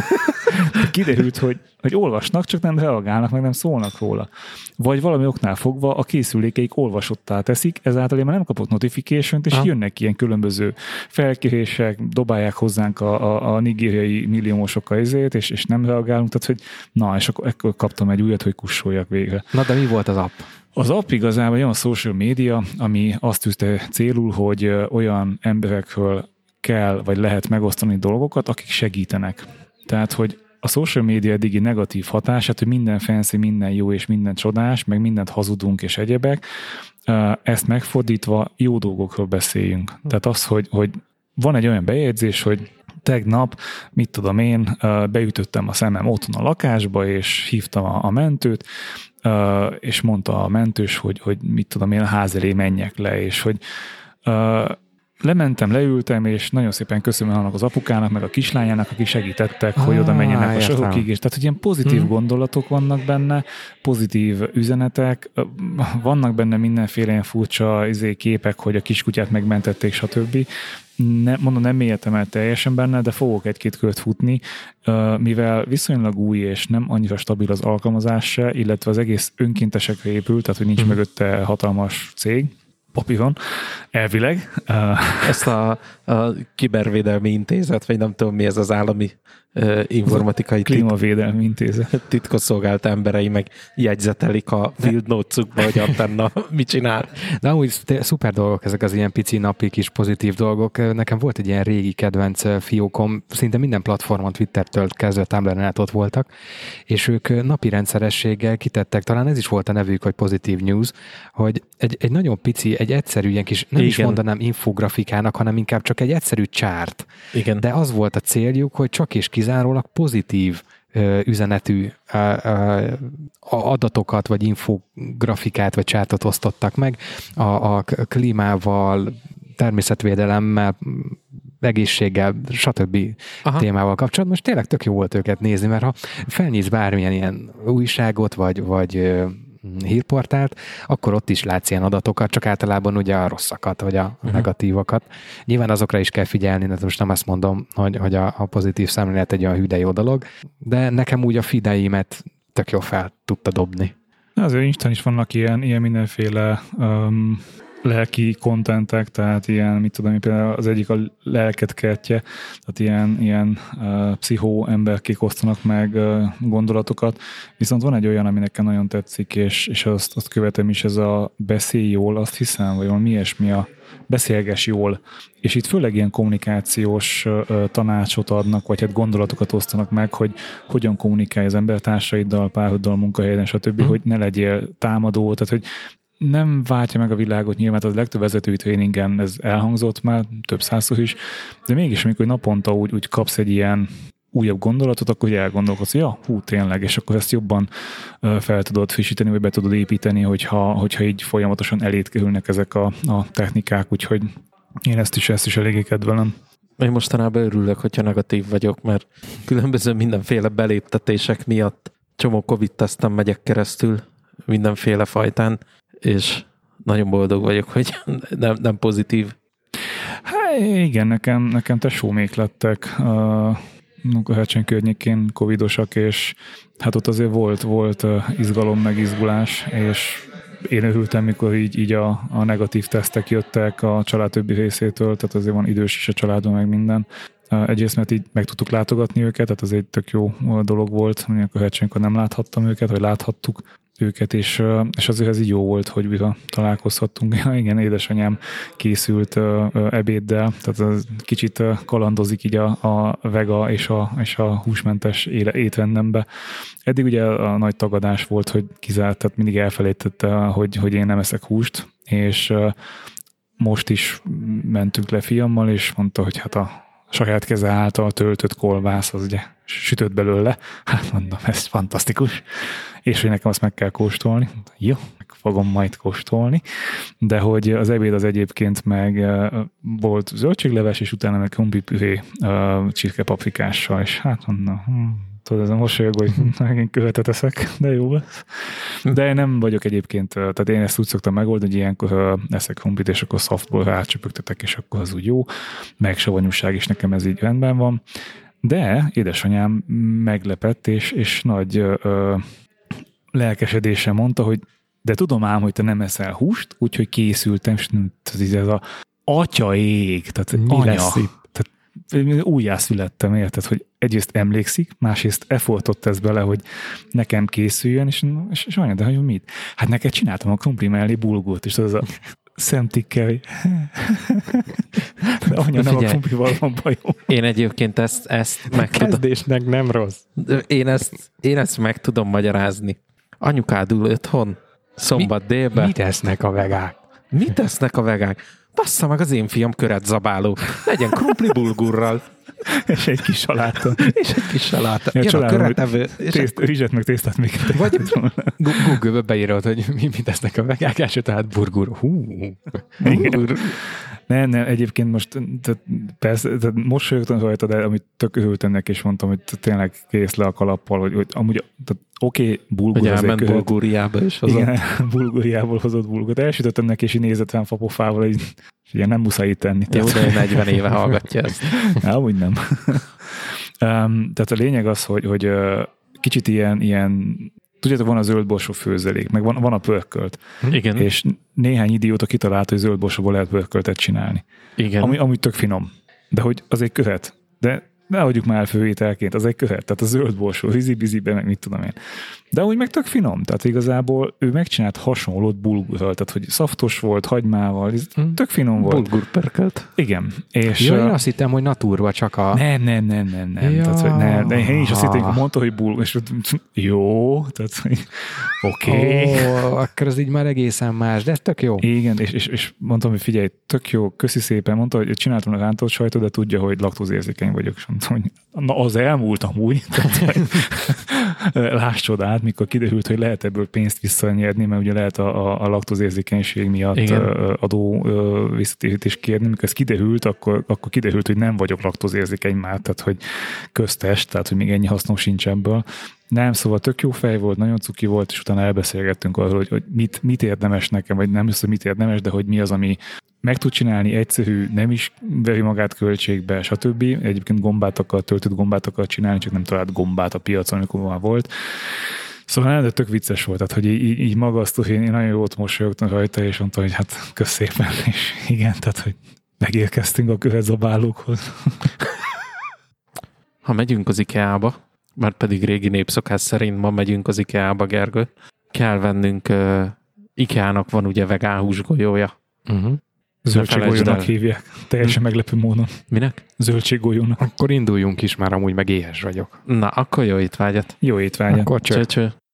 Kiderült, hogy, hogy olvasnak, csak nem reagálnak, meg nem szólnak róla. Vagy valami oknál fogva a készülékeik olvasottá teszik, ezáltal én már nem kapok notification-t, és ha. jönnek ilyen különböző felkérések, dobálják hozzánk a, a, a nigériai milliómosokkal ezért, és, és nem reagálunk, tehát hogy na, és akkor ekkor kaptam egy újat, hogy kussoljak végre. Na, de mi volt az app? Az app igazából olyan social media, ami azt tűzte célul, hogy olyan emberekről kell, vagy lehet megosztani dolgokat, akik segítenek. Tehát, hogy a social media eddigi negatív hatását, hogy minden fancy, minden jó és minden csodás, meg mindent hazudunk és egyebek, ezt megfordítva jó dolgokról beszéljünk. Tehát az, hogy, hogy van egy olyan bejegyzés, hogy tegnap, mit tudom én, beütöttem a szemem otthon a lakásba, és hívtam a, a mentőt, és mondta a mentős, hogy, hogy mit tudom én, a ház elé menjek le, és hogy lementem, leültem, és nagyon szépen köszönöm annak az apukának, meg a kislányának, akik segítettek, ah, hogy oda menjenek a sarokig, és tehát, hogy ilyen pozitív hmm. gondolatok vannak benne, pozitív üzenetek, vannak benne mindenféle ilyen furcsa izé, képek, hogy a kiskutyát megmentették, stb. Ne, mondom, nem mélyedtem el teljesen benne, de fogok egy-két kört futni, mivel viszonylag új és nem annyira stabil az alkalmazás se, illetve az egész önkéntesekre épül, tehát, hogy nincs hmm. mögötte hatalmas cég, papíron, elvileg. Ezt a, a kibervédelmi intézet, vagy nem tudom mi ez az állami uh, informatikai Klímavédelmi Intézet titkosszolgált emberei meg jegyzetelik a field notes-ukba, hogy Antenna mit csinál. De amúgy szuper dolgok ezek az ilyen pici napi kis pozitív dolgok. Nekem volt egy ilyen régi kedvenc fiókom, szinte minden platformon, Twittertől kezdve Tumblr-en át ott voltak, és ők napi rendszerességgel kitettek, talán ez is volt a nevük, hogy Positive News, hogy egy, egy nagyon pici, egy egyszerű ilyen kis, nem Igen. is mondanám infografikának, hanem inkább csak egy egyszerű csárt. Igen. De az volt a céljuk, hogy csak és kizárólag pozitív ö, üzenetű ö, ö, adatokat, vagy infografikát, vagy csártot osztottak meg a, a klímával, természetvédelemmel, egészséggel, stb. Aha. témával kapcsolatban. Most tényleg tök jó volt őket nézni, mert ha felnyitsz bármilyen ilyen újságot, vagy, vagy hírportált, akkor ott is látsz ilyen adatokat, csak általában ugye a rosszakat, vagy a uh-huh. negatívakat. Nyilván azokra is kell figyelni, de most nem azt mondom, hogy, hogy a, a pozitív szemlélet egy olyan hű, de jó dolog, de nekem úgy a fideimet tök jó fel tudta dobni. Azért Instán is vannak ilyen, ilyen mindenféle um, lelki kontentek, tehát ilyen, mit tudom, például az egyik a lelket kertje, tehát ilyen, ilyen uh, pszichó emberkék osztanak meg uh, gondolatokat, viszont van egy olyan, ami nekem nagyon tetszik, és, és azt, azt követem is, ez a beszélj jól, azt hiszem, vagy valami ilyesmi, a beszélges jól, és itt főleg ilyen kommunikációs uh, tanácsot adnak, vagy hát gondolatokat osztanak meg, hogy hogyan kommunikálj az embertársaiddal, párhoddal, munkahelyen, stb., mm. hogy ne legyél támadó, tehát hogy nem váltja meg a világot, nyilván az legtöbb vezetői tréningen ez elhangzott már, több százszor is, de mégis, amikor naponta úgy, úgy kapsz egy ilyen újabb gondolatot, akkor elgondolkodsz, hogy ja, hú, tényleg, és akkor ezt jobban fel tudod frissíteni, vagy be tudod építeni, hogyha, hogyha így folyamatosan elét kerülnek ezek a, a technikák, úgyhogy én ezt is, ezt is eléggé kedvelem. Én mostanában örülök, hogyha negatív vagyok, mert különböző mindenféle beléptetések miatt csomó Covid-teszten megyek keresztül, mindenféle fajtán, és nagyon boldog vagyok, hogy nem, nem pozitív. Hát igen, nekem, nekem tesómék lettek a munkahelycsén környékén covidosak, és hát ott azért volt, volt izgalom, meg izgulás, és én örültem, mikor így, így a, a negatív tesztek jöttek a család többi részétől, tehát azért van idős is a családon, meg minden. Egyrészt, mert így meg tudtuk látogatni őket, tehát az egy tök jó dolog volt, munkahelycsénkor nem láthattam őket, vagy láthattuk őket, és, és azért ez így jó volt, hogy újra találkozhattunk. Ja, igen, édesanyám készült ebéddel, tehát az kicsit kalandozik így a, a vega és a, és a húsmentes étrendembe. Eddig ugye a nagy tagadás volt, hogy kizárt, tehát mindig elfelejtette, hogy, hogy én nem eszek húst, és most is mentünk le fiammal, és mondta, hogy hát a saját keze által töltött kolbász, az ugye sütött belőle. Hát mondom, ez fantasztikus. És hogy nekem azt meg kell kóstolni. Jó, meg fogom majd kóstolni. De hogy az ebéd az egyébként meg volt zöldségleves, és utána meg krumplipüré csirkepaprikással, és hát mondom, hm, tudod, ez a mosolyog, hogy megint követet eszek, de jó lesz. De én nem vagyok egyébként, tehát én ezt úgy szoktam megoldani, hogy ilyenkor eszek krumplit, és akkor softból rácsöpögtetek, és akkor az úgy jó, meg savanyúság is nekem ez így rendben van. De édesanyám meglepett, és, és nagy ö, lelkesedéssel mondta, hogy de tudom ám, hogy te nem eszel húst, úgyhogy készültem, és ez az atya ég, tehát mi anya. Lesz itt? Tehát újjászülettem, érted, hogy egyrészt emlékszik, másrészt effortot tesz bele, hogy nekem készüljön, és, és, és anya, de hogy mit? Hát neked csináltam a krumpli mellé bulgurt, és az a szemtikkel, de anya, nem a krumplival van bajom. Én egyébként ezt, ezt meg tudom. Kezdésnek nem rossz. Én ezt, én ezt meg tudom magyarázni. Anyukád ül otthon, szombat Mi, délben. Mit esznek a vegák? Mit esznek a vegák? Bassza meg, az én fiam köret zabáló. Legyen krumpli bulgurral. És egy kis saláta. És egy kis saláta. Ja, jön a köretevő. Tészt, rizset meg tésztát még. Vagy Google-be beírod, hogy mi, mit tesznek a vegák, első, tehát burgur. Hú, burgur. Nem, nem, egyébként most tehát persze, tehát mosolyogtam rajta, de amit tök örültem neki, és mondtam, hogy tényleg kész le a kalappal, hogy, hogy amúgy oké, okay, bulgur hogy elment Bulgúriába is hozott. Igen, Bulgúriából hozott bulgurt. Elsütöttem neki, és így nézett rám fapofával, hogy ugye nem muszáj itt tenni. Jó, de negyven éve hallgatja ezt. Amúgy nem. um, tehát a lényeg az, hogy, hogy uh, kicsit ilyen, ilyen tudjátok, van a zöldborsó főzelék, meg van, van a pörkölt. Igen. És néhány idióta kitalálta, hogy zöldborsóból lehet pörköltet csinálni. Igen. Ami, ami tök finom. De hogy az egy köret. De ne adjuk már főételként, az egy köhet, tehát a zöld borsó, rizi-bizibe, meg mit tudom én. De úgy meg tök finom, tehát igazából ő megcsinált hasonlót bulgurral, tehát hogy szaftos volt, hagymával, tök finom volt. Bulgurpörkölt. Igen. És ja, én azt hittem, hogy naturba csak a... Nem, nem, nem, nem, nem. Ja. Tehát, hogy nem. De én is azt hittem, hogy mondta, hogy bulgur, és jó, tehát oké. Okay. Ó, akkor az így már egészen más, de ez tök jó. Igen, és, és, és mondtam, hogy figyelj, tök jó, köszi szépen, mondta, hogy csináltam a rántott sajtot, de tudja, hogy laktózérzékeny vagyok. És mondtam, hogy na, az elmúlt amúgy. Láss csodát, mikor kiderült, hogy lehet ebből pénzt visszanyerni, mert ugye lehet a, a, a laktózérzékenység miatt igen. adó visszatérítést kérni. Mikor ez kiderült, akkor, akkor kiderült, hogy nem vagyok laktózérzékeny már, tehát hogy köztes, tehát hogy még ennyi hasznom sincs ebből. Nem, szóval tök jó fej volt, nagyon cuki volt, és utána elbeszélgettünk arról, hogy, hogy mit, mit érdemes nekem, vagy nem össze mit érdemes, de hogy mi az, ami meg tud csinálni, egyszerű, nem is veri magát költségbe, stb. Egyébként gombát akar, töltött gombát akar csinálni, csak nem talált gombát a piacon, amikor már volt. Szóval nem, de tök vicces volt, tehát hogy így, így magasztó, én, én nagyon jót mosolyogtam rajta, és mondtam, hogy hát kösz szépen, és igen, tehát hogy megérkeztünk a követzabálókhoz. Ha megyünk az IKEA-ba, már pedig régi népszokás szerint ma megyünk az IKEA-ba, Gergő, kell vennünk, uh, IKEA-nak van ugye vegán húsgolyója. Uh-huh. Zöldséggolyónak hívják. Teljesen meglepő módon. Minek? Zöldséggolyónak. Akkor induljunk is, már amúgy meg éhes vagyok. Na, akkor jó étvágyat. Jó étvágyat. Akkor cső. Cső, cső.